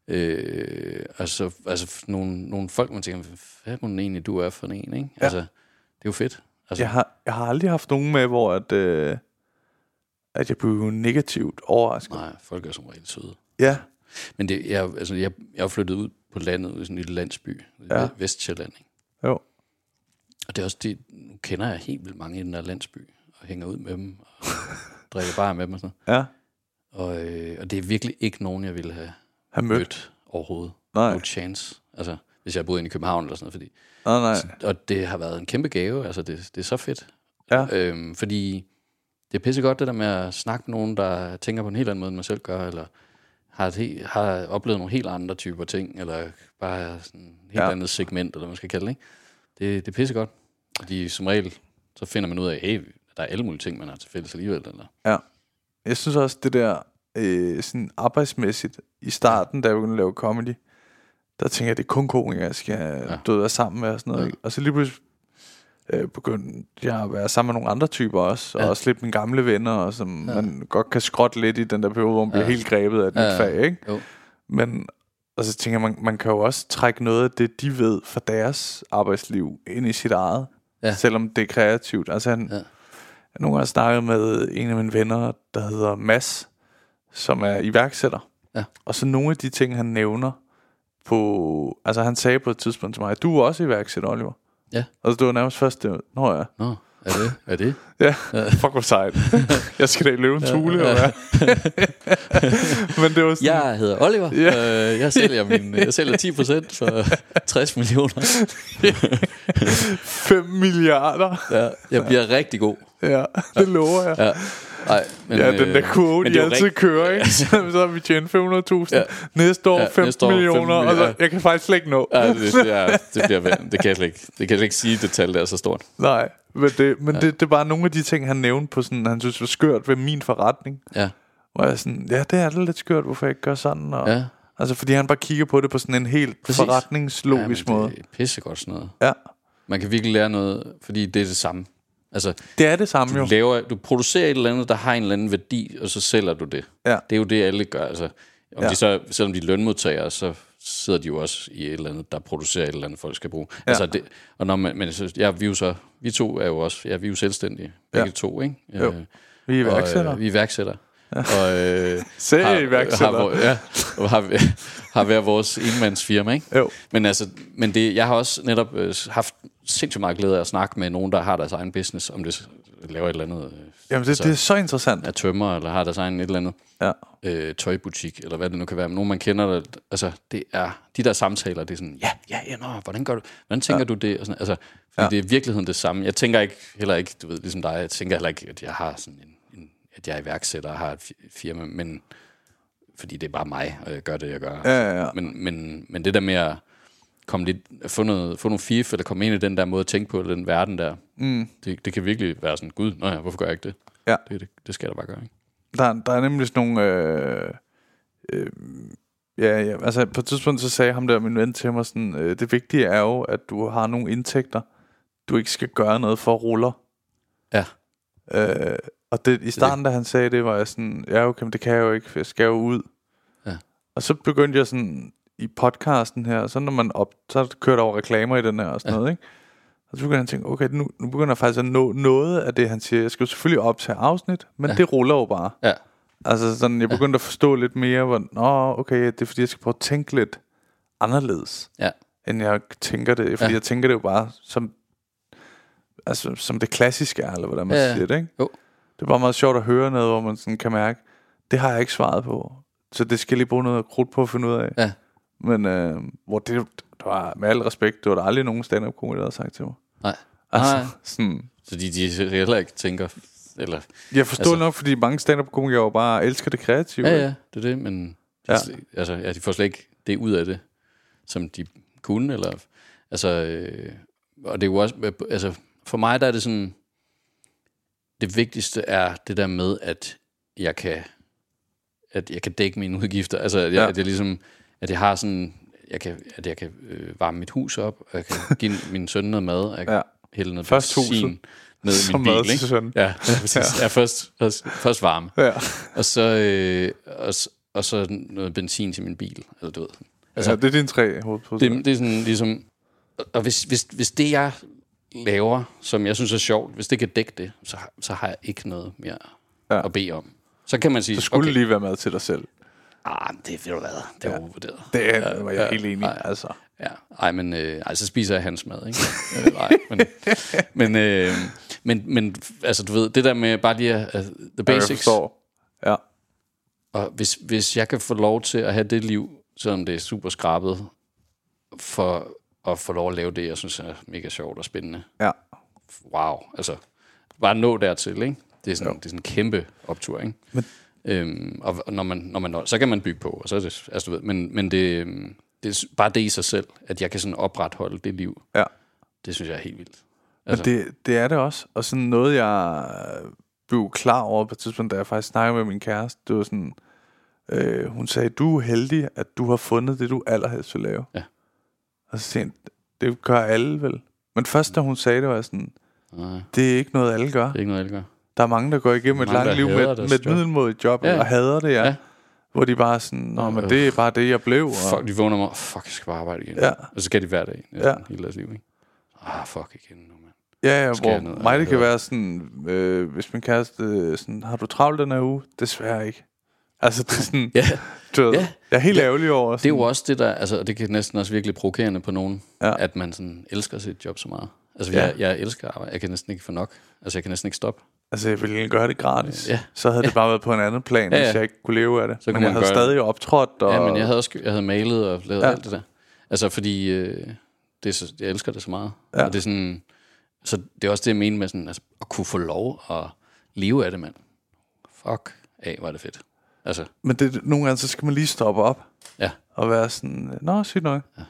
øh, altså, altså nogle, nogle folk, man tænker, hvad er det egentlig, du er for en, ikke? Ja. Altså, det er jo fedt. Altså. Jeg, har, jeg har aldrig haft nogen med, hvor at, øh, at jeg blev negativt overrasket. Nej, folk er som regel søde. Ja. Men det, jeg, altså, jeg, jeg er flyttet ud på landet, i sådan en lille landsby, ja. Vestsjælland, ikke? Jo. Og det er også det, nu kender jeg helt vildt mange i den der landsby, og hænger ud med dem, og drikker bare med dem og sådan noget. Ja. Og, øh, og det er virkelig ikke nogen, jeg ville have, have mødt. mødt overhovedet. Nej. No chance. Altså, hvis jeg boede inde i København eller sådan noget, fordi... Nej, nej. Så, og det har været en kæmpe gave, altså det, det er så fedt. Ja. Øhm, fordi det er pissegodt det der med at snakke med nogen, der tænker på en helt anden måde, end man selv gør, eller har, et, har oplevet nogle helt andre typer ting, eller bare sådan et helt ja. andet segment, eller hvad man skal kalde det, ikke? Det, det er pissegodt. Fordi som regel, så finder man ud af, hey, der er alle mulige ting, man har til fælles alligevel. Eller? Ja. Jeg synes også, det der øh, sådan arbejdsmæssigt, i starten, da jeg begyndte at lave comedy, der tænker jeg, det er kun komikere, jeg skal ja. døde være sammen med og sådan noget. Ja. Og så lige pludselig øh, begyndte jeg at være sammen med nogle andre typer også, ja. og også lidt mine gamle venner, og som ja. man godt kan skrotte lidt i den der periode, hvor man ja. bliver helt grebet af et ja. nyt fag, ikke? Jo. Men... Og så tænker jeg, man, man kan jo også trække noget af det, de ved fra deres arbejdsliv ind i sit eget. Ja. Selvom det er kreativt. Altså han, ja. jeg nogle gange snakket med en af mine venner, der hedder Mads, som er iværksætter. Ja. Og så nogle af de ting, han nævner på... Altså han sagde på et tidspunkt til mig, du er også iværksætter, Oliver. Ja. Og det var nærmest først det. Nå ja. Nå. Er det? Er det? Ja, fuck hvor sejt. Jeg skal da i løvens hule, ja, ja. Men det var sådan... Jeg hedder Oliver. Ja. Øh, jeg sælger min, jeg sælger ti procent for tres millioner. fem milliarder. Ja, jeg bliver rigtig god. Ja, det lover jeg. Ja. Ej, men, ja, den der quote, de altid rigt... kører, ikke? Så, så har vi tjent fem hundrede tusind. Ja. Næste år ja, femten millioner, og så, jeg kan faktisk slet ikke nå. Ja, det, det, er, det, bliver, det, kan jeg slet ikke, det kan jeg slet ikke sige, det tal der er så stort. Nej, men, det, men ja. det, det er bare nogle af de ting, han nævnte på sådan, han synes var skørt ved min forretning. Ja. Hvor jeg sådan, ja, det er lidt skørt, hvorfor jeg ikke gør sådan. Og, ja. Altså, fordi han bare kigger på det på sådan en helt Præcis. forretningslogisk ja, måde. Det er pissegodt sådan noget. Ja. Man kan virkelig lære noget, fordi det er det samme. Altså, det er det samme du jo. Laver, du producerer et eller andet, der har en eller anden værdi, og så sælger du det. Ja. Det er jo det, alle gør. Altså, om ja. de så, selvom de er lønmodtagere, så sidder de jo også i et eller andet, der producerer et eller andet, folk skal bruge. Ja. Altså, det, og når man, men så, ja, vi, jo så, vi to er jo også, ja, vi er jo selvstændige, begge ja. to, ikke? Jo. Vi er iværksættere. Øh, vi er iværksættere. Ja. Og øh, har, iværksætter. har, ja, og har, har været vores enmandsfirma, ikke? Jo. Men altså, men det, jeg har også netop øh, haft sindssygt meget glæde af at snakke med nogen, der har deres egen business, om det laver et eller andet. Øh, Jamen det, altså, det er så interessant. Er tømmer, eller har deres egen et eller andet ja. øh, tøjbutik, eller hvad det nu kan være. Men nogen man kender, der, altså det er de der samtaler, det er sådan, ja, ja, ja, nå, hvordan gør du, hvordan tænker ja. du det? Og sådan, altså, fordi ja. det er i virkeligheden det samme. Jeg tænker ikke, heller ikke, du ved, ligesom dig, jeg tænker heller ikke, at jeg har sådan en, en at jeg er iværksætter og har et firma, men fordi det er bare mig, og jeg gør det, jeg gør. Ja, ja, ja. Men, men, men det der med at komme lidt, få, noget, få nogle fif, eller komme ind i den der måde at tænke på, den verden der, mm. det, det kan virkelig være sådan, gud, nå ja, hvorfor gør jeg ikke det? Ja. Det, det, det skal jeg da bare gøre, ikke? Der, der er nemlig sådan nogle... Øh, øh, ja, ja, altså på et tidspunkt så sagde ham der, min ven til mig sådan, øh, det vigtige er jo, at du har nogle indtægter, du ikke skal gøre noget for ruller. Ja. Øh, og det, i starten, da han sagde det, var jeg sådan, ja okay, men det kan jeg jo ikke, for jeg skal jo ud. Ja. Og så begyndte jeg sådan, i podcasten her, så når man op, så kørte over reklamer i den her og sådan ja. noget, ikke? Og så begyndte han at tænke, okay, nu, nu begynder jeg faktisk at nå noget af det, han siger. Jeg skal jo selvfølgelig optage afsnit, men ja. det ruller jo bare. Ja. Altså sådan, jeg begyndte ja. at forstå lidt mere, hvor, nå, okay, det er fordi, jeg skal prøve at tænke lidt anderledes, ja. end jeg tænker det. Fordi ja. jeg tænker det jo bare som, altså, som det klassiske er, eller hvordan man ja. siger det, ikke? Jo. Det er bare meget sjovt at høre noget, hvor man sådan kan mærke, det har jeg ikke svaret på. Så det skal jeg lige bruge noget krudt på at finde ud af. Ja. Men øh, hvor det, det var, med al respekt, det var der aldrig nogen stand-up-komikere, der havde sagt til mig. Nej. Altså, Nej. Sådan, så de, de heller ikke tænker... Eller, jeg forstår altså, nok, fordi mange stand-up-komikere jo bare elsker det kreative. Ja, ja, det er det, men de, ja. slet, altså, ja, de får slet ikke det ud af det, som de kunne. Eller, altså, øh, og det er jo også... Altså, for mig der er det sådan... Det vigtigste er det der med, at jeg kan, at jeg kan dække mine udgifter. Altså, at jeg, ja. at jeg ligesom... At jeg har sådan... Jeg kan, at jeg kan øh, varme mit hus op, og jeg kan give min søn noget mad, og jeg kan ja. hælde noget først benzin ned i min bil, ikke? Ja, præcis. Ja. Ja, først, først, først varme. Ja. Og så øh, og, og så noget benzin til min bil, eller du ved. Altså, ja, det er dine tre hovedpunkter. Det, det er sådan ligesom, og hvis, hvis, hvis det jeg laver, som jeg synes er sjovt, hvis det kan dække det, så, så har jeg ikke noget mere ja. at bede om. Så kan man sige, så skulle okay, det lige være mad til dig selv. Ah, det ved du hvad, det er ja. overvurderet. Det er, ja, var jeg ja, helt enig i, altså. Ja, ej, men øh, ej, så spiser jeg hans mad, ikke? øh, ej, men, men, øh, men, men, altså, du ved, det der med bare lige uh, the basics. Ja. Og hvis, hvis jeg kan få lov til at have det liv, selvom det er super skrabet, for at få lov at lave det, jeg synes er mega sjovt og spændende. Ja. Wow, altså, bare nå dertil, ikke? Det er sådan, det er sådan en kæmpe optur, ikke? Men Øhm, og når man, når man, så kan man bygge på, og så er det, altså du ved, men, men det, det er bare det i sig selv, at jeg kan sådan opretholde det liv. Ja. Det synes jeg er helt vildt. Altså. Men det, det er det også, og sådan noget, jeg blev klar over på et tidspunkt, da jeg faktisk snakkede med min kæreste, det var sådan, øh, hun sagde, du er heldig, at du har fundet det, du allerhelst vil lave. Ja. Og så tænkte jeg, det gør alle vel. Men først da hun sagde det, var jeg sådan, nej, det er ikke noget, alle gør. Det er ikke noget, alle gør. Der er mange, der går igennem et langt liv med, med et middelmådigt job, ja. og hader det, ja. ja. Hvor de bare sådan, nå, men det er bare det, jeg blev. Og fuck, de vågner mig, fuck, jeg skal bare arbejde igen. Ja. Og så skal de hver dag, ja. hele deres liv, ikke? Ah, fuck igen nu, mand. Ja, ja, hvor noget, mig det kan være sådan, øh, hvis min kæreste, sådan, har du travlt den her uge? Desværre ikke. Altså, det er sådan, ja. du ved, ja. jeg er helt ja. ærgerlig over. Sådan. Det er jo også det der, altså, det kan næsten også virkelig provokerende på nogen, ja. at man sådan elsker sit job så meget. Altså, ja. jeg, jeg elsker arbejde. Jeg kan næsten ikke få nok. Altså, jeg kan næsten ikke stoppe. Altså, jeg ville gøre det gratis. Ja. Så havde det bare været på en anden plan, ja, ja. Hvis jeg ikke kunne leve af det. Så men jeg havde stadig optrådt. Og... Ja, men jeg havde, også, jeg havde malet og lavet ja. alt det der. Altså, fordi øh, det er så, jeg elsker det så meget. Ja. Og det er sådan... Så det er også det, jeg mener med sådan, altså, at kunne få lov at leve af det, mand. Fuck af, var det fedt. Altså. Men det, nogle gange, så skal man lige stoppe op. Ja. Og være sådan, nå, sygt nok. Ja.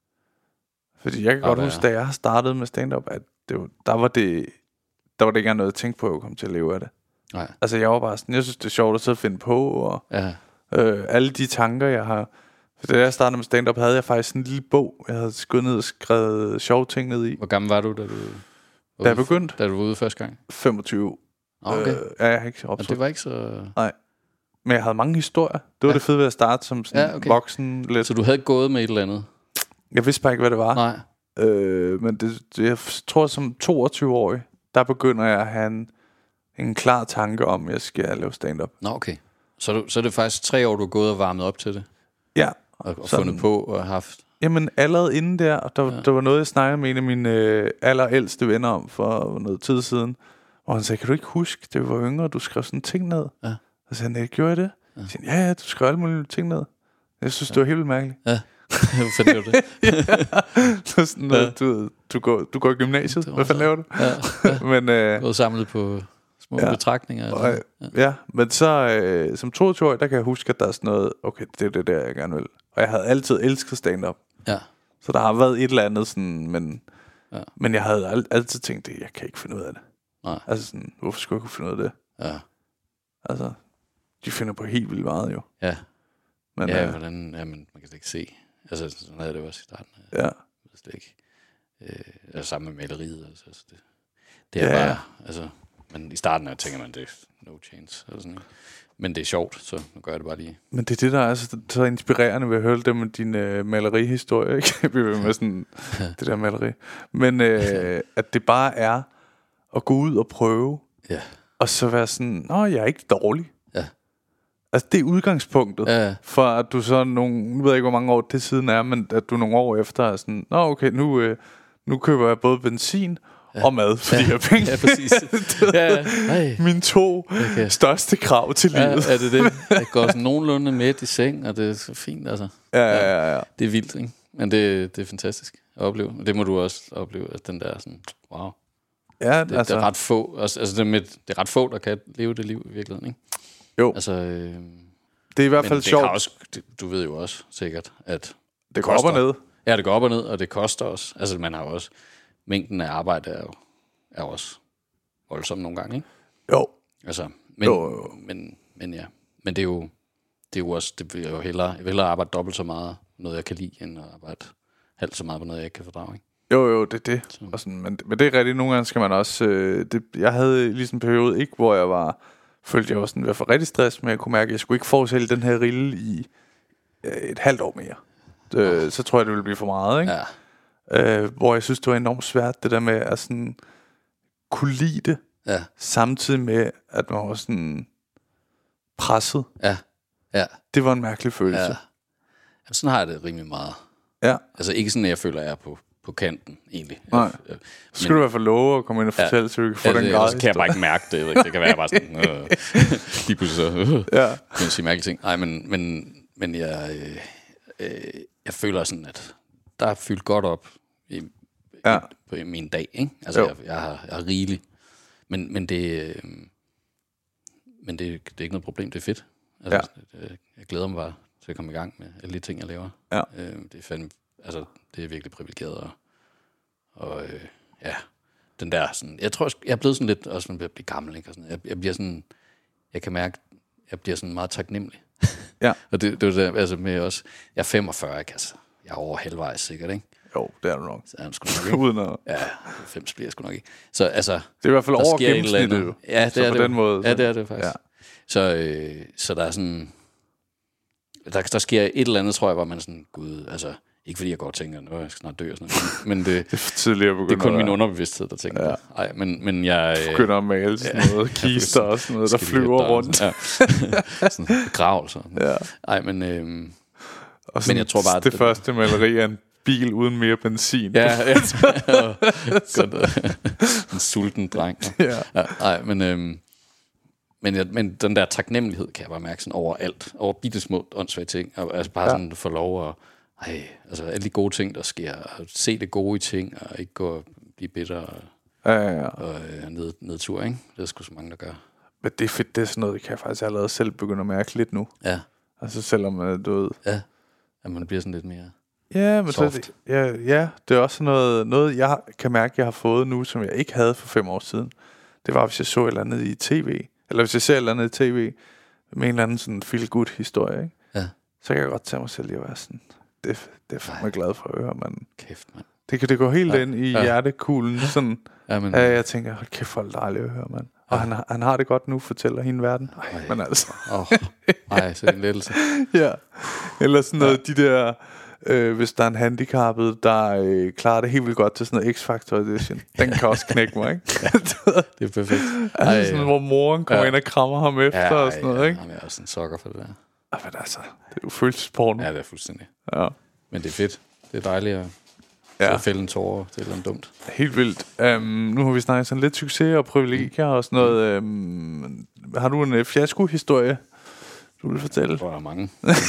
Fordi jeg kan godt huske, da jeg har startet med stand-up, at det var, der var det... Der var det ikke engang noget at tænke på, at jeg kom til at leve af det. Nej. Altså, jeg var bare sådan, jeg synes, det er sjovt at sidde og finde på, og ja. øh, alle de tanker, jeg har... For da jeg startede med stand-up, havde jeg faktisk en lille bog, jeg havde gået ned og skrevet sjove ting ned i. Hvor gammel var du, da du... Da jeg begyndte? Da du var ude første gang? femogtyve. Okay. Øh, ja, jeg har ikke optrådt. Det var ikke så... Nej. Men jeg havde mange historier. Det var ja. det fede ved at starte som sådan ja, okay. voksen lidt. Så du havde gået med et eller andet? Jeg vidste bare ikke, hvad det var. Nej. Øh, men det, jeg tror, som toogtyve-årig, der begynder jeg at have en, en klar tanke om, at jeg skal lave stand-up. Nå, okay. Så, du, så er det faktisk tre år, du er gået og varmet op til det? Ja. Og, og fundet på og haft... Jamen, allerede inden der, der, ja. der var noget, jeg snakkede med en af mine øh, allerældste venner om for noget tid siden. Og han sagde, kan du ikke huske, da vi var yngre, du skrev sådan ting ned? Ja. Og så sagde han, gjorde jeg det? Ja. Jeg sagde, ja, ja, du skrev alle mulige ting ned. Jeg synes, ja. det var helt vildt mærkeligt. Ja. Hvad fanden det? Så sådan noget, ja. du, du, går, du går i gymnasiet. Hvad fanden laver du? Ja, ja. Men, øh, gået samlet på små ja. betragtninger. Og, ja. ja, men så øh, som toogtyve-årig, der kan jeg huske, at der er sådan noget, okay, det er det der, jeg gerne vil. Og jeg havde altid elsket stand-up. Ja. Så der har været et eller andet sådan, men, ja. men jeg havde al- altid tænkt, det, jeg kan ikke finde ud af det. Nej. Altså sådan, hvorfor skulle jeg kunne finde ud af det? Ja. Altså, de finder på helt vildt meget jo. Ja. Men, ja, øh, hvordan, ja, men man kan det ikke se. Altså, sådan havde det også i starten. Ja. Jeg ved det ikke. Øh, altså, sammen med maleriet. Altså, altså det, det er ja. bare, altså, men i starten tænker man, det er no chance. Eller sådan, men det er sjovt, så nu gør jeg det bare lige. Men det er det, der er så, så inspirerende ved at høre det med din øh, malerihistorie, ikke? Jeg bliver med sådan, det der maleri. Men øh, at det bare er at gå ud og prøve, ja. og så være sådan, nå, jeg er ikke dårlig. Ja. Altså, det er udgangspunktet, ja. for at du så nogle, nu ved jeg ikke, hvor mange år det siden er, men at du nogle år efter er sådan, nå, okay, nu, øh, nu køber jeg både benzin ja. og mad for ja. de her penge. Ja, præcis. ja, ja. Mine to okay. største krav til ja, livet. Ja, det er det. Jeg går sådan nogenlunde midt i seng, og det er så fint, altså. Ja, ja, ja. ja. Det er vildt, ikke? Men det, det er fantastisk at opleve. Og det må du også opleve, at den der sådan, wow. Ja, det, altså. det er ret få, altså det er, med, det er ret få, der kan leve det liv i virkeligheden, ikke? Jo. Altså, øh, det er i hvert fald sjovt. Også, det, du ved jo også sikkert, at det går koster, op og ned. Ja, det går op og ned, og det koster også. Altså, man har jo også, mængden af arbejde er jo, er jo også voldsom nogle gange, ikke? Jo. Altså, men, jo, jo. men, men ja, men det er jo, det er jo også, det vil jeg jo hellere, jeg vil hellere arbejde dobbelt så meget, noget jeg kan lide, end at arbejde halvt så meget på noget, jeg ikke kan fordrage, ikke? Jo, jo, det er det. Og sådan, men, men det er rigtigt, nogle gange skal man også, øh, det, jeg havde lige sådan en periode, ikke, hvor jeg var, følte jeg var sådan, jeg var rigtig stress, men jeg kunne mærke, at jeg skulle ikke fortsætte den her rille i øh, et halvt år mere. Øh, så tror jeg, det ville blive for meget, ikke? Ja. Øh, hvor jeg synes, det var enormt svært, det der med at sådan kunne lide det, ja. samtidig med, at man var sådan presset. Ja, ja. Det var en mærkelig følelse. Ja. Jamen, sådan har jeg det rimelig meget. Ja. Altså ikke sådan, at jeg føler, at jeg er på, på kanten, egentlig. Nej. Jeg, jeg, så skal men, du i hvert fald love at komme ind og fortælle, ja, så du kan få ja, den grad. Så kan jeg bare ikke mærke det. Ikke? Det kan være bare sådan, øh, lige pludselig så, øh, ja. kan jeg sige mærkelige ting. Nej, men, men, men jeg, øh, øh, jeg føler sådan, at der er fyldt godt op i, ja. i, på min dag, ikke? Altså, jeg, jeg, har, jeg har rigeligt. Men, men, det, øh, men det, det er ikke noget problem, det er fedt. Altså, ja. det, jeg glæder mig bare til at komme i gang med alle de ting, jeg laver. Ja. Øh, det er fandme, altså, det er virkelig privilegeret. Og, og øh, ja, den der sådan, jeg tror, jeg er blevet sådan lidt, også ved at blive gammel, ikke? Og sådan, jeg, jeg bliver sådan, jeg kan mærke, jeg bliver sådan meget taknemmelig. Ja. Og det, det er det, altså med også, jeg er femogfyrre, ikke? Altså, jeg er over halvvejs sikkert, ikke? Jo, det er du nok. Så er du sgu nok ikke. Uden at... Ja, halvfems bliver jeg sgu nok ikke. Så altså... Det er i hvert fald over gennemsnittet. Ja, det så er på det. den måde. Så. Ja, det er det faktisk. Ja. Så, øh, så der er sådan... Der, der sker et eller andet, tror jeg, hvor man sådan... Gud, altså... Ikke fordi jeg godt tænker, at jeg skal snart dø og sådan noget. Men det, det er for tidligt at begynde. Det er kun min underbevidsthed, der tænker. Ja. Ej, men, men jeg... Øh, begynder at male sådan ja, noget. Kister og sådan noget, der flyver rundt. Ja. Sådan begravelse. Ja. Ej, men... Øh, og sådan, men jeg tror bare... Det, det første maleri af en bil uden mere benzin. Ja, ja. Godt. En sulten dreng. Ja. Ja, nej, men, øhm, men, ja, men den der taknemmelighed kan jeg bare mærke sådan over alt. Over bittesmå åndssvage ting. Og altså bare ja. sådan få lov at... Ej, altså alle de gode ting, der sker. Og se det gode i ting, og ikke gå og blive bitter og, ja, ja, ja. og øh, ned, nedtur, ikke? Det er sgu så mange, der gør. Men det er fedt, det er sådan noget, det kan jeg faktisk allerede selv begynde at mærke lidt nu. Ja. Altså selvom man er død. Ja, at man bliver sådan lidt mere ja, men soft. så det, ja, ja, det er også noget, noget, jeg kan mærke, jeg har fået nu, som jeg ikke havde for fem år siden. Det var, hvis jeg så et eller andet i tv, eller hvis jeg ser et eller andet i tv, med en eller anden sådan feel-good-historie, ikke? Ja. Så kan jeg godt tage mig selv i at være sådan, det, det er fandme glad for at høre, man. Kæft, mand. Det kan det gå helt ja. ind i ja. hjertekuglen, sådan, ja, men, at jeg tænker, hold kæft, hvor dejligt at høre, mand. Og han, han har det godt nu, fortæller hende verden. Ej, men altså. Åh, ej, så er det en lettelse. Ja, eller sådan noget, ja. de der, øh, hvis der er en handicappet, der øh, klarer det helt vildt godt til sådan noget X-Factor edition. Den kan også knække mig, ikke? Ja, det er perfekt. Ej, altså sådan, hvor moren kommer ja. ind og krammer ham efter ja, og sådan noget, ja, ikke? Ja, jeg er også en sokker for det der. Ej, men altså, det er jo følelsesporno. Ja, det er fuldstændig. Ja. Men det er fedt. Det er dejligt at ja. fælde en tårer. Det er lidt dumt. Helt vildt. Um, nu har vi snakket sådan lidt succes og privilegier mm. og sådan noget. Um, har du en uh, fiasko-historie, du vil fortælle? Jeg tror, der er mange.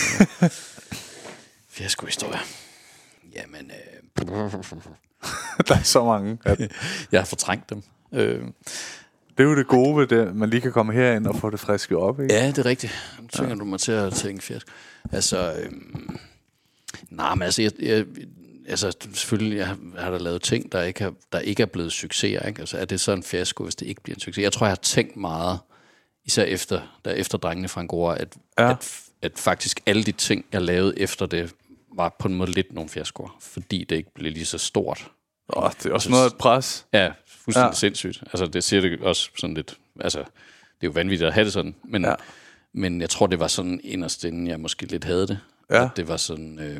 Fiasko-historie. Jamen... Øh... der er så mange. At... jeg har fortrængt dem. Øh... Det er jo det gode ved det, man lige kan komme herind og få det frisket op, ikke? Ja, det er rigtigt. Nu tvinger ja. du mig til at tænke fiasko. Altså... Øh... Nej, men altså... Jeg, jeg, altså selvfølgelig jeg har, jeg har da lavet ting der ikke har, der ikke er blevet succeser, ikke? Altså er det så en fiasko, hvis det ikke bliver en succes? Jeg tror jeg har tænkt meget, især efter der efter Drengene fra Angora, at, ja. at at faktisk alle de ting jeg lavede efter det var på en måde lidt nogle fiaskoer, fordi det ikke blev lige så stort. Åh, det er også noget et pres. Ja, fuldstændig ja. sindssygt. Altså det siger det også sådan lidt. Altså det er jo vanvittigt at have det sådan, men ja. men jeg tror det var sådan inderst inden jeg måske lidt havde det. Ja. At det var sådan. Øh,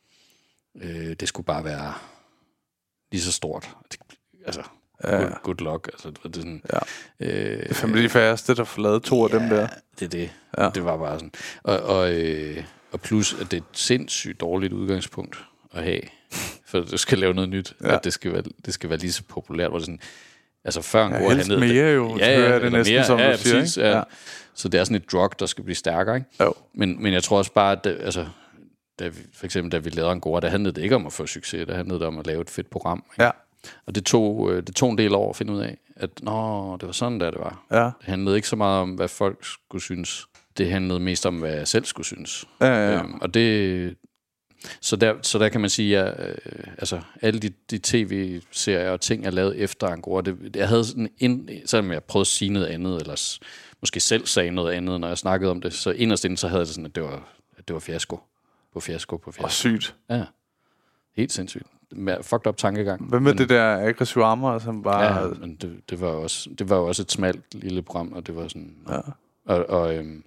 Øh, det skulle bare være lige så stort. Det, altså, ja. good, good luck. Altså, det, det, sådan, ja. øh, det er fandme de færreste, der får lavet to ja, af dem der. det er det. Ja. Det var bare sådan. Og, og, øh, og plus, at det er et sindssygt dårligt udgangspunkt at have, for du skal lave noget nyt. Ja. At det skal, være, det skal være lige så populært. Hvor det sådan, altså før en ja, god handlede... mere jo, ja, ja, det næsten, mere, som ja, du siger. Præcis, ja. Ja. Så det er sådan et drug, der skal blive stærkere. Ikke? Jo. Men, men jeg tror også bare, at det, altså... Da vi, for eksempel, da vi lavede Angora, der handlede det ikke om at få succes, der handlede det om at lave et fedt program. Ikke? Ja. Og det tog, det tog en del år at finde ud af, at nå, det var sådan, der det var. Ja. Det handlede ikke så meget om, hvad folk skulle synes. Det handlede mest om, hvad jeg selv skulle synes. Ja, ja, ja. Øhm, og det... Så der, så der kan man sige, at øh, altså, alle de, de tv-serier og ting, jeg lavede efter Angora, det, jeg havde sådan en, selvom jeg prøvede at sige noget andet, eller måske selv sagde noget andet, når jeg snakkede om det, så inderst inden, så havde det sådan, at det var, at det var fiasko. På fiasko, på fiasko. Og sygt. Ja, helt sindssygt. Med fucked up tankegang. Hvad med men, det der aggressive armor, som bare... Ja, men det, det, var også, det var jo også et smalt lille program, og det var sådan... Ja. Og, og øhm,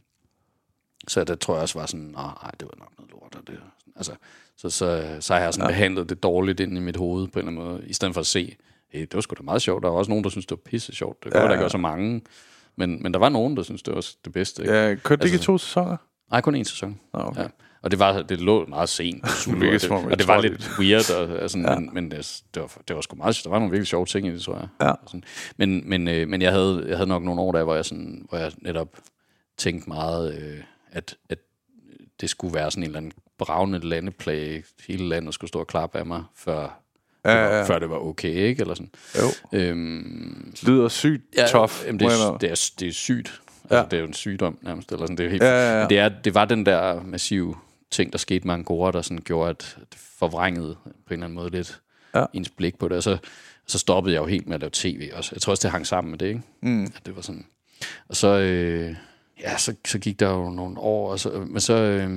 så der tror jeg også var sådan, nej, det var nok noget lort. Og det, altså, så, så, så har jeg sådan ja. behandlet det dårligt ind i mit hoved på en eller anden måde, i stedet for at se, hey, det var sgu da meget sjovt. Der var også nogen, der synes det var pisse sjovt. Det var ja, der ikke ja. så mange. Men, men der var nogen, der synes det var det bedste. Ikke? Ja, kørte det ikke altså, to sæsoner? Nej, kun én sæson. Oh, okay. Ja. Og det var det lå meget sent. Zulu, og, det, og det var lidt weird, og, altså, ja. men, men det, det, var, det var sgu meget. Der var nogle virkelig sjove ting i det, tror jeg. Ja. Sådan. Men, men, øh, men jeg havde jeg havde nok nogle år der, hvor jeg sådan, hvor jeg netop tænkte meget, øh, at at det skulle være sådan en eller anden bravende landeplage, hele landet skulle stå og klappe af mig, før ja, ja, ja. før det var okay, ikke eller sådan. Jo. Øhm, det lyder sygt ja, tough. Jamen, det, er, det er det er sygt. Altså, ja. Det er jo en sygdom nærmest, eller sådan. Det er helt. Ja, ja, ja. Det er det var den der massive ting, der skete med Angora, der sådan gjorde, at det forvrængede på en eller anden måde lidt ja. ens blik på det. Og så, så stoppede jeg jo helt med at lave tv også. Jeg tror også, det hang sammen med det, ikke? Mm. At det var sådan. Og så, øh, ja, så, så gik der jo nogle år, og så, men så, øh,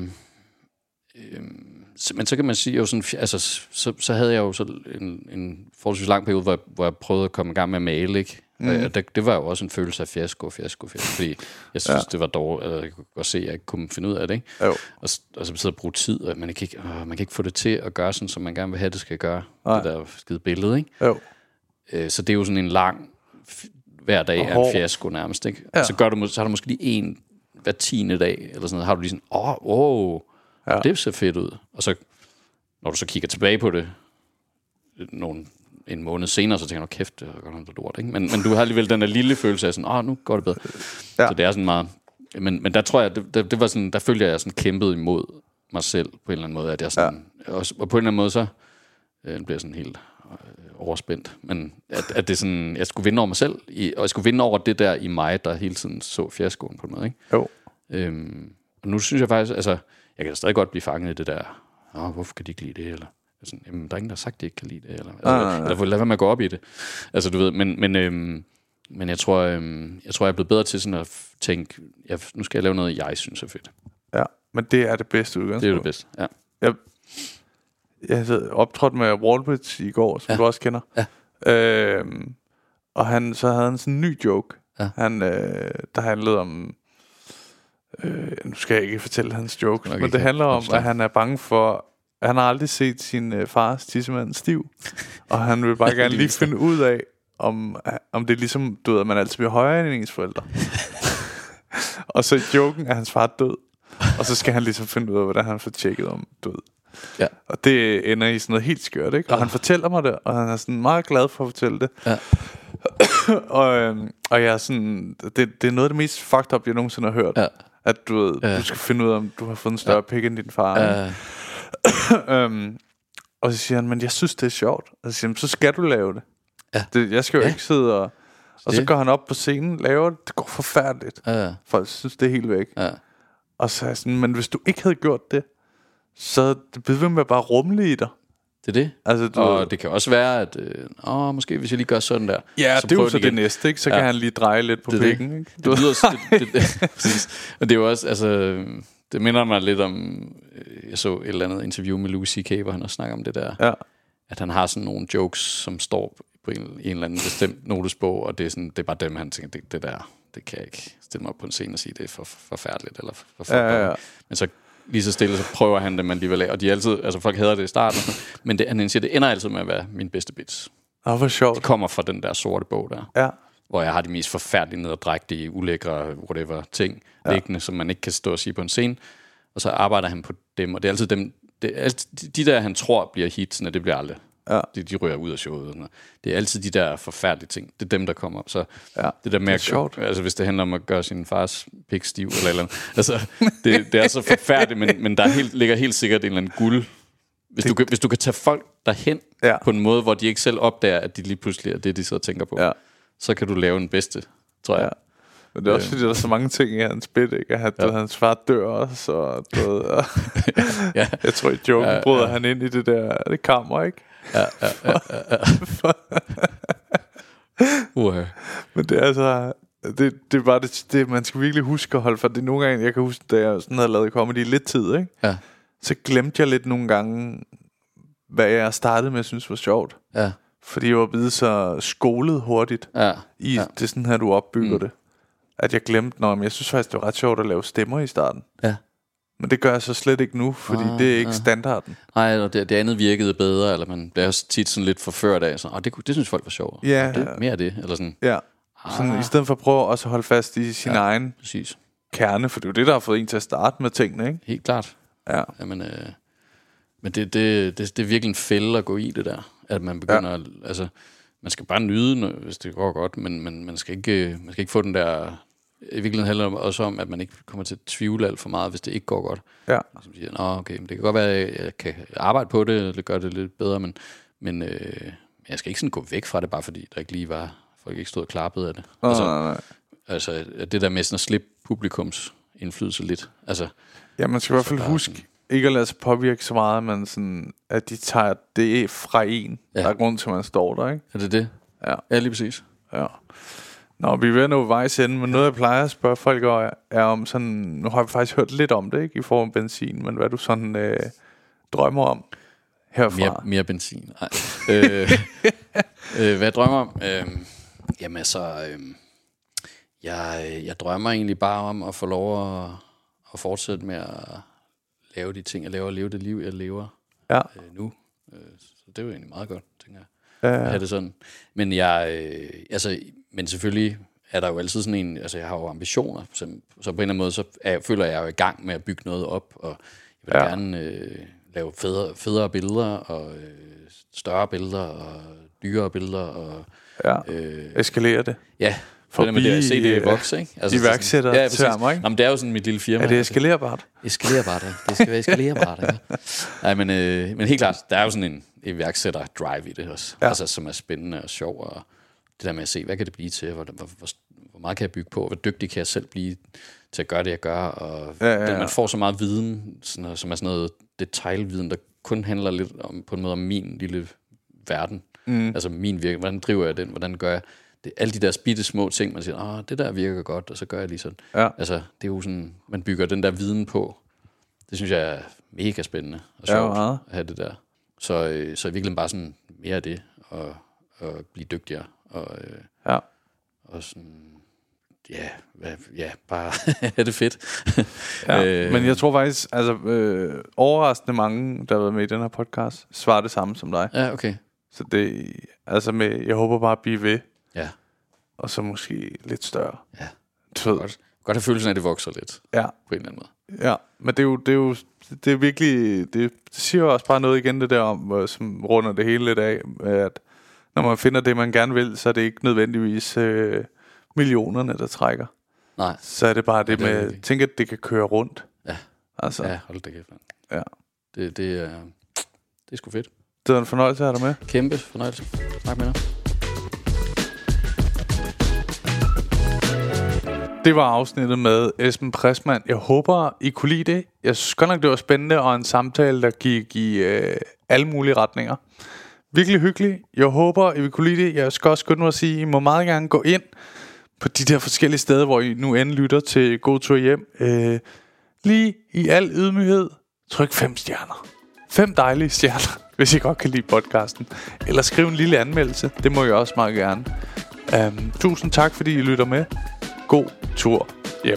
øh, så, men så kan man sige, jo sådan, altså, så, så havde jeg jo så en, en forholdsvis lang periode, hvor jeg, hvor jeg prøvede at komme i gang med at male, ikke? Mm. Og det, det var jo også en følelse af fiasko, fiasko, fiasko, fordi jeg synes, ja. det var dårligt, eller jeg kunne godt se, at jeg ikke kunne finde ud af det, ikke? Jo. Og, og så sidder og bruge tid, og man kan, ikke, øh, man kan ikke få det til at gøre sådan, som man gerne vil have, det skal gøre. Nej. Det der skide billede, ikke? Jo. Øh, så det er jo sådan en lang, hver dag er en fiasko nærmest, ikke? Ja. Så, gør du, så har du måske lige en hver tiende dag, eller sådan noget, har du lige sådan, åh, oh, wow, ja. det ser fedt ud. Og så når du så kigger tilbage på det, nogle, en måned senere, så tænker du, kæft, det er godt nok lort, ikke? Men, men du har alligevel den der lille følelse af sådan, åh, nu går det bedre. Ja. Så det er sådan meget... Men, men der tror jeg, det, det, det var sådan, der følte jeg, jeg sådan kæmpede imod mig selv på en eller anden måde, at jeg sådan... Ja. Og, og på en eller anden måde, så øh, bliver jeg sådan helt øh, overspændt. Men at, at det sådan, jeg skulle vinde over mig selv, i, og jeg skulle vinde over det der i mig, der hele tiden så fiaskoen på en måde, ikke? Jo. Øhm, og nu synes jeg faktisk, altså, jeg kan stadig godt blive fanget i det der, åh, hvorfor kan de ikke lide det, eller sådan, jamen, der er ingen, der har sagt, de ikke kan lide det, eller, ah, altså, eller, eller lad være med at gå op i det. Altså, du ved, men, men, øhm, men jeg tror, øhm, jeg tror, jeg er blevet bedre til sådan at tænke, jeg, nu skal jeg lave noget, jeg synes er fedt. Ja, men det er det bedste udgangspunkt. Det er det bedste, ja. Jeg, jeg havde optrådt med Wallbridge i går, som ja. du også kender. Ja. Øhm, og han, så havde han sådan en ny joke, ja. han, øh, der handlede om... Øh, nu skal jeg ikke fortælle hans joke, okay, men det handler om, at han er bange for... Han har aldrig set sin øh, fars tissemand stiv, og han vil bare gerne lige finde ud af, om, om det er ligesom, du ved, at man altid bliver højere end ens forældre. Og så joken er hans far død, og så skal han ligesom finde ud af, hvordan han får tjekket om død. Ja. Og det ender i sådan noget helt skørt, ikke? Og han fortæller mig det, og han er sådan meget glad for at fortælle det. Ja. og, øhm, og jeg er sådan, det, det er noget af det mest fucked up, jeg nogensinde har hørt. Ja. At du ved, ja. du skal finde ud af, om du har fået en større ja. pik end din far. Ja. øhm, og så siger han, men jeg synes det er sjovt. Og så siger han, så skal du lave det, ja. det Jeg skal jo ja. ikke sidde og Og det. Så går han op på scenen, laver det. Det går forfærdeligt. Ja. Folk synes det er helt væk. Ja. Og så er jeg sådan, men hvis du ikke havde gjort det, så det bliver ved med at bare rumle i dig. Det er det. Altså, du og det kan også være, at øh, åh, måske hvis jeg lige gør sådan der. Ja, så det er jo så det, det næste, ikke? Så ja. kan han lige dreje lidt på det pikken, det. Ikke? Det lyder, det, det, det, det, og det er jo også, altså, det minder mig lidt om, jeg så et eller andet interview med Louis C K, hvor han også snakker om det der, ja. at han har sådan nogle jokes, som står på en, en eller anden bestemt notesbog, og det er, sådan, det er bare dem, han tænker, det, det der, det kan jeg ikke stille mig op på en scene og sige, det er for, for forfærdeligt, eller for, for ja, ja, ja. Men så lige så stille, så prøver han det, man alligevel af. Og de altid, altså folk hader det i starten, men det, han siger, det ender altid med at være min bedste bits. Åh, hvor sjovt. Det kommer fra den der sorte bog der, ja. hvor jeg har de mest forfærdelige, nederdrægtige, ulækre, whatever ting, ja. liggende, som man ikke kan stå og sige på en scene. Og så arbejder han på dem, og det er altid dem, det er altid, de der, han tror bliver hitsene, det bliver aldrig. Ja. De, de rører ud af showet. Det er altid de der forfærdelige ting. Det er dem, der kommer op. Så ja, det der med det er sjovt. Altså hvis det handler om at gøre sin fars pik stiv eller eller andet. Altså det, det er så forfærdeligt, men, men der er helt, ligger helt sikkert en eller anden guld. Hvis, det, du, hvis du kan tage folk derhen ja. på en måde, hvor de ikke selv opdager, at de lige pludselig er det, de sidder og tænker på, ja. så kan du lave den bedste, tror jeg. Ja. Men det er også fordi, der er så mange ting i hans bit, ikke? At ja. hans far dør også, og, du ved, og ja. jeg tror, i joken ja, bryder ja. han ind i det der det kammer, ikke? Ja, ja, ja, ja, ja. uh. Men det er altså det, det er bare det, det, man skal virkelig huske at holde for. Det er nogle gange, jeg kan huske, da jeg sådan havde lavet comedy i lidt tid, ikke? Ja. Så glemte jeg lidt nogle gange, hvad jeg startede med at synes var sjovt. Ja. Fordi jeg var blevet så skolet hurtigt ja. i ja. det sådan her, du opbygger mm. det. At jeg glemte, når jeg synes faktisk, det var ret sjovt at lave stemmer i starten. Ja. Men det gør jeg så slet ikke nu, fordi ah, det er ikke ja. standarden. Nej, og det, det andet virkede bedre, eller man bliver også tit sådan lidt forført af, så, oh, det, det synes folk var sjovt. Ja. Det, mere af det, eller sådan. Ja, sådan, ah. i stedet for at prøve også at holde fast i sin ja, egen præcis. kerne, for det er jo det, der har fået en til at starte med tingene, ikke? Helt klart. Ja. Jamen, øh, men det, det, det, det er virkelig en fælde at gå i det der, at man begynder ja. at, altså, man skal bare nyde, hvis det går godt, men, men man, skal ikke, man skal ikke få den der... I virkeligheden handler det også om, at man ikke kommer til at tvivle alt for meget, hvis det ikke går godt. Ja. Som siger, nå okay, men det kan godt være, at jeg kan arbejde på det, eller gøre det lidt bedre, men, men øh, jeg skal ikke sådan gå væk fra det, bare fordi der ikke lige var, folk ikke stod og klappede af det. Oh, altså, nej, nej. altså, det der med sådan at slippe publikums indflydelse lidt. Altså, ja, man skal i hvert fald huske, ikke at lade sig påvirke så meget, men sådan, at de tager det fra en. Ja. Der er grund til, at man står der, ikke? Er det det? Ja. Ja, lige præcis. Ja. Nå, vi er ved at nå vejs ende, men noget jeg plejer at spørge folk er, er om sådan, nu har vi faktisk hørt lidt om det, ikke, i form af benzin, men hvad du sådan øh, drømmer om herfra? Mere, mere benzin, nej. øh, øh, hvad jeg drømmer om? Øh, jamen altså, øh, jeg, jeg drømmer egentlig bare om at få lov at, at fortsætte med at lave de ting, jeg laver, og leve det liv, jeg lever ja. øh, nu. Øh, så det er jo egentlig meget godt, tænker jeg. Ja, ja. At det sådan. Men jeg, øh, altså, men selvfølgelig er der jo altid sådan en, altså jeg har jo ambitioner, så, så på en eller anden måde, så er, føler jeg jo i gang med at bygge noget op, og jeg vil ja. gerne øh, lave federe, federe billeder, og øh, større billeder, og dyrere billeder, og... Ja, øh, eskalere det. Ja, for det med det at se det vokse, ikke? Altså, iværksætter ja, termer, ikke? Jamen, det er jo sådan mit lille firma. Er det eskalerbart? Eskalerbart, ja. Det skal være eskalerbart, ja. Nej, men, øh, men helt klart, der er jo sådan en iværksætter-drive i det også, ja. Altså, som er spændende og sjov, og det der med at se, hvad kan det blive til, hvor, hvor, hvor, hvor meget kan jeg bygge på, hvor dygtig kan jeg selv blive til at gøre det, jeg gør, og ja, ja, ja. Den, man får så meget viden, sådan, som er sådan noget detailviden, der kun handler lidt om, på en måde om min lille verden, mm. altså min virke, hvordan driver jeg den, hvordan gør jeg det, alle de der bitte små ting, man siger, ah, det der virker godt, og så gør jeg lige sådan. Ja. Altså, det er jo sådan, man bygger den der viden på. Det synes jeg er mega spændende og sjovt ja, at have det der. Så, øh, så i virkeligheden bare sådan mere af det, og, og blive dygtigere, og, øh, ja. Og sådan, ja, hvad, ja bare er det fedt. Ja, øh, men jeg tror faktisk, altså øh, overraskende mange, der har været med i den her podcast, svarer det samme som dig. Ja, okay. Så det, altså med, jeg håber bare at blive ved. Ja. Og så måske lidt større. Ja. Godt. Godt have følelsen af, at det vokser lidt. Ja. På en eller anden måde. Ja, men det er jo, det er jo det er virkelig, det, det siger jo også bare noget igen, det der om, som runder det hele lidt af, at når man finder det, man gerne vil, så er det ikke nødvendigvis øh, millionerne, der trækker. Nej. Så er det bare det, ja, det med, tænk at det kan køre rundt. Ja. Altså. Ja, hold da kæft. Ja. Det, det, er, det er sgu fedt. Det er en fornøjelse at have dig med. Kæmpe fornøjelse. Tak med dig. Det var afsnittet med Esben Pressmann. Jeg håber, I kunne lide det. Jeg synes godt nok, det var spændende, og en samtale, der gik i øh, alle mulige retninger. Virkelig hyggelig. Jeg håber, I vil kunne lide det. Jeg skal også skynde mig at sige, I må meget gerne gå ind på de der forskellige steder, hvor I nu end lytter til God Tur Hjem. Øh, lige i al ydmyghed, tryk fem stjerner. Fem dejlige stjerner, hvis I godt kan lide podcasten. Eller skriv en lille anmeldelse. Det må jeg også meget gerne. Um, tusind tak, fordi I lytter med. God tur hjem.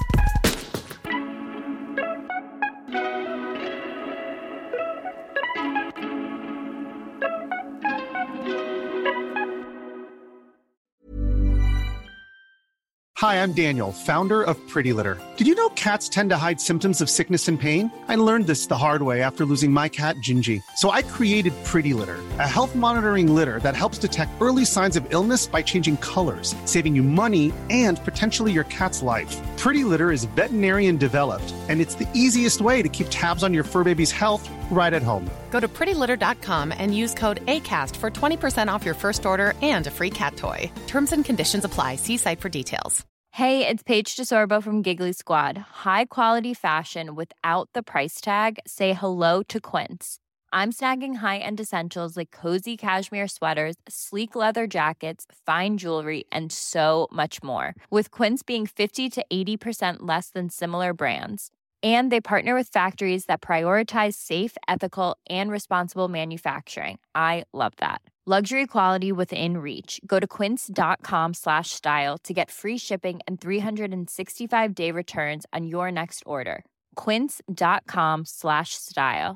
Hi, I'm Daniel, founder of Pretty Litter. Did you know cats tend to hide symptoms of sickness and pain? I learned this the hard way after losing my cat, Gingy. So I created Pretty Litter, a health monitoring litter that helps detect early signs of illness by changing colors, saving you money and potentially your cat's life. Pretty Litter is veterinarian developed, and it's the easiest way to keep tabs on your fur baby's health right at home. Go to pretty litter dot com and use code ACAST for twenty percent off your first order and a free cat toy. Terms and conditions apply. See site for details. Hey, it's Paige DeSorbo from Giggly Squad. High quality fashion without the price tag. Say hello to Quince. I'm snagging high-end essentials like cozy cashmere sweaters, sleek leather jackets, fine jewelry, and so much more. With Quince being fifty to eighty percent less than similar brands. And they partner with factories that prioritize safe, ethical, and responsible manufacturing. I love that. Luxury quality within reach. Go to quince dot com slash style to get free shipping and three sixty-five day returns on your next order. quince dot com slash style.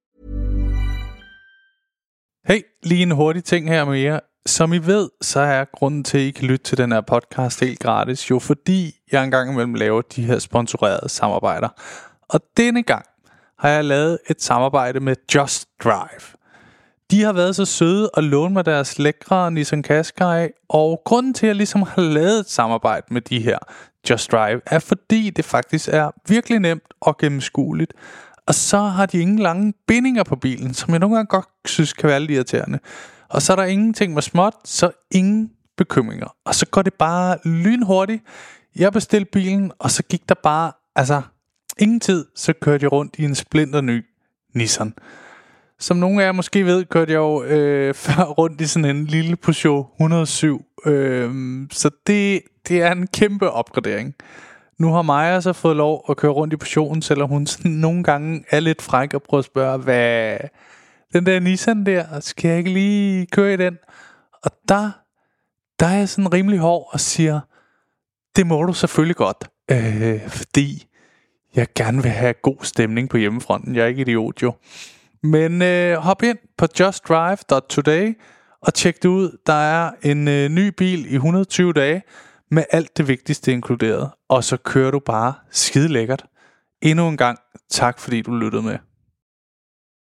Hey, lige en hurtig ting her med jer. Som I ved, så er grunden til, at I kan lytte til den her podcast helt gratis, jo fordi jeg engang imellem laver de her sponsorerede samarbejder. Og denne gang har jeg lavet et samarbejde med Just Drive. De har været så søde at låne mig deres lækre Nissan Qashqai, og grunden til, at jeg ligesom har lavet et samarbejde med de her Just Drive, er fordi det faktisk er virkelig nemt og gennemskueligt. Og så har de ingen lange bindinger på bilen, som jeg nogle gange godt synes kan være lidt irriterende. Og så er der ingenting med småt, så ingen bekymringer. Og så går det bare lynhurtigt. Jeg bestilte bilen, og så gik der bare, altså ingen tid, så kørte jeg rundt i en splinter ny Nissan. Som nogle af jer måske ved, kørte jeg jo øh, før rundt i sådan en lille Peugeot et hundrede og syv. Øh, så det, det er en kæmpe opgradering. Nu har Maja så fået lov at køre rundt i Peugeoten, selvom hun sådan nogle gange er lidt fræk og prøver at spørge, hvad den der Nissan der, skal jeg ikke lige køre i den? Og der, der er jeg sådan rimelig hård og siger, det må du selvfølgelig godt, øh, fordi jeg gerne vil have god stemning på hjemmefronten. Jeg er ikke idiot jo. Men øh, hop ind på just drive dot today og tjek det ud. Der er en øh, ny bil i et hundrede og tyve dage med alt det vigtigste inkluderet. Og så kører du bare skide lækkert. Endnu en gang tak fordi du lyttede med.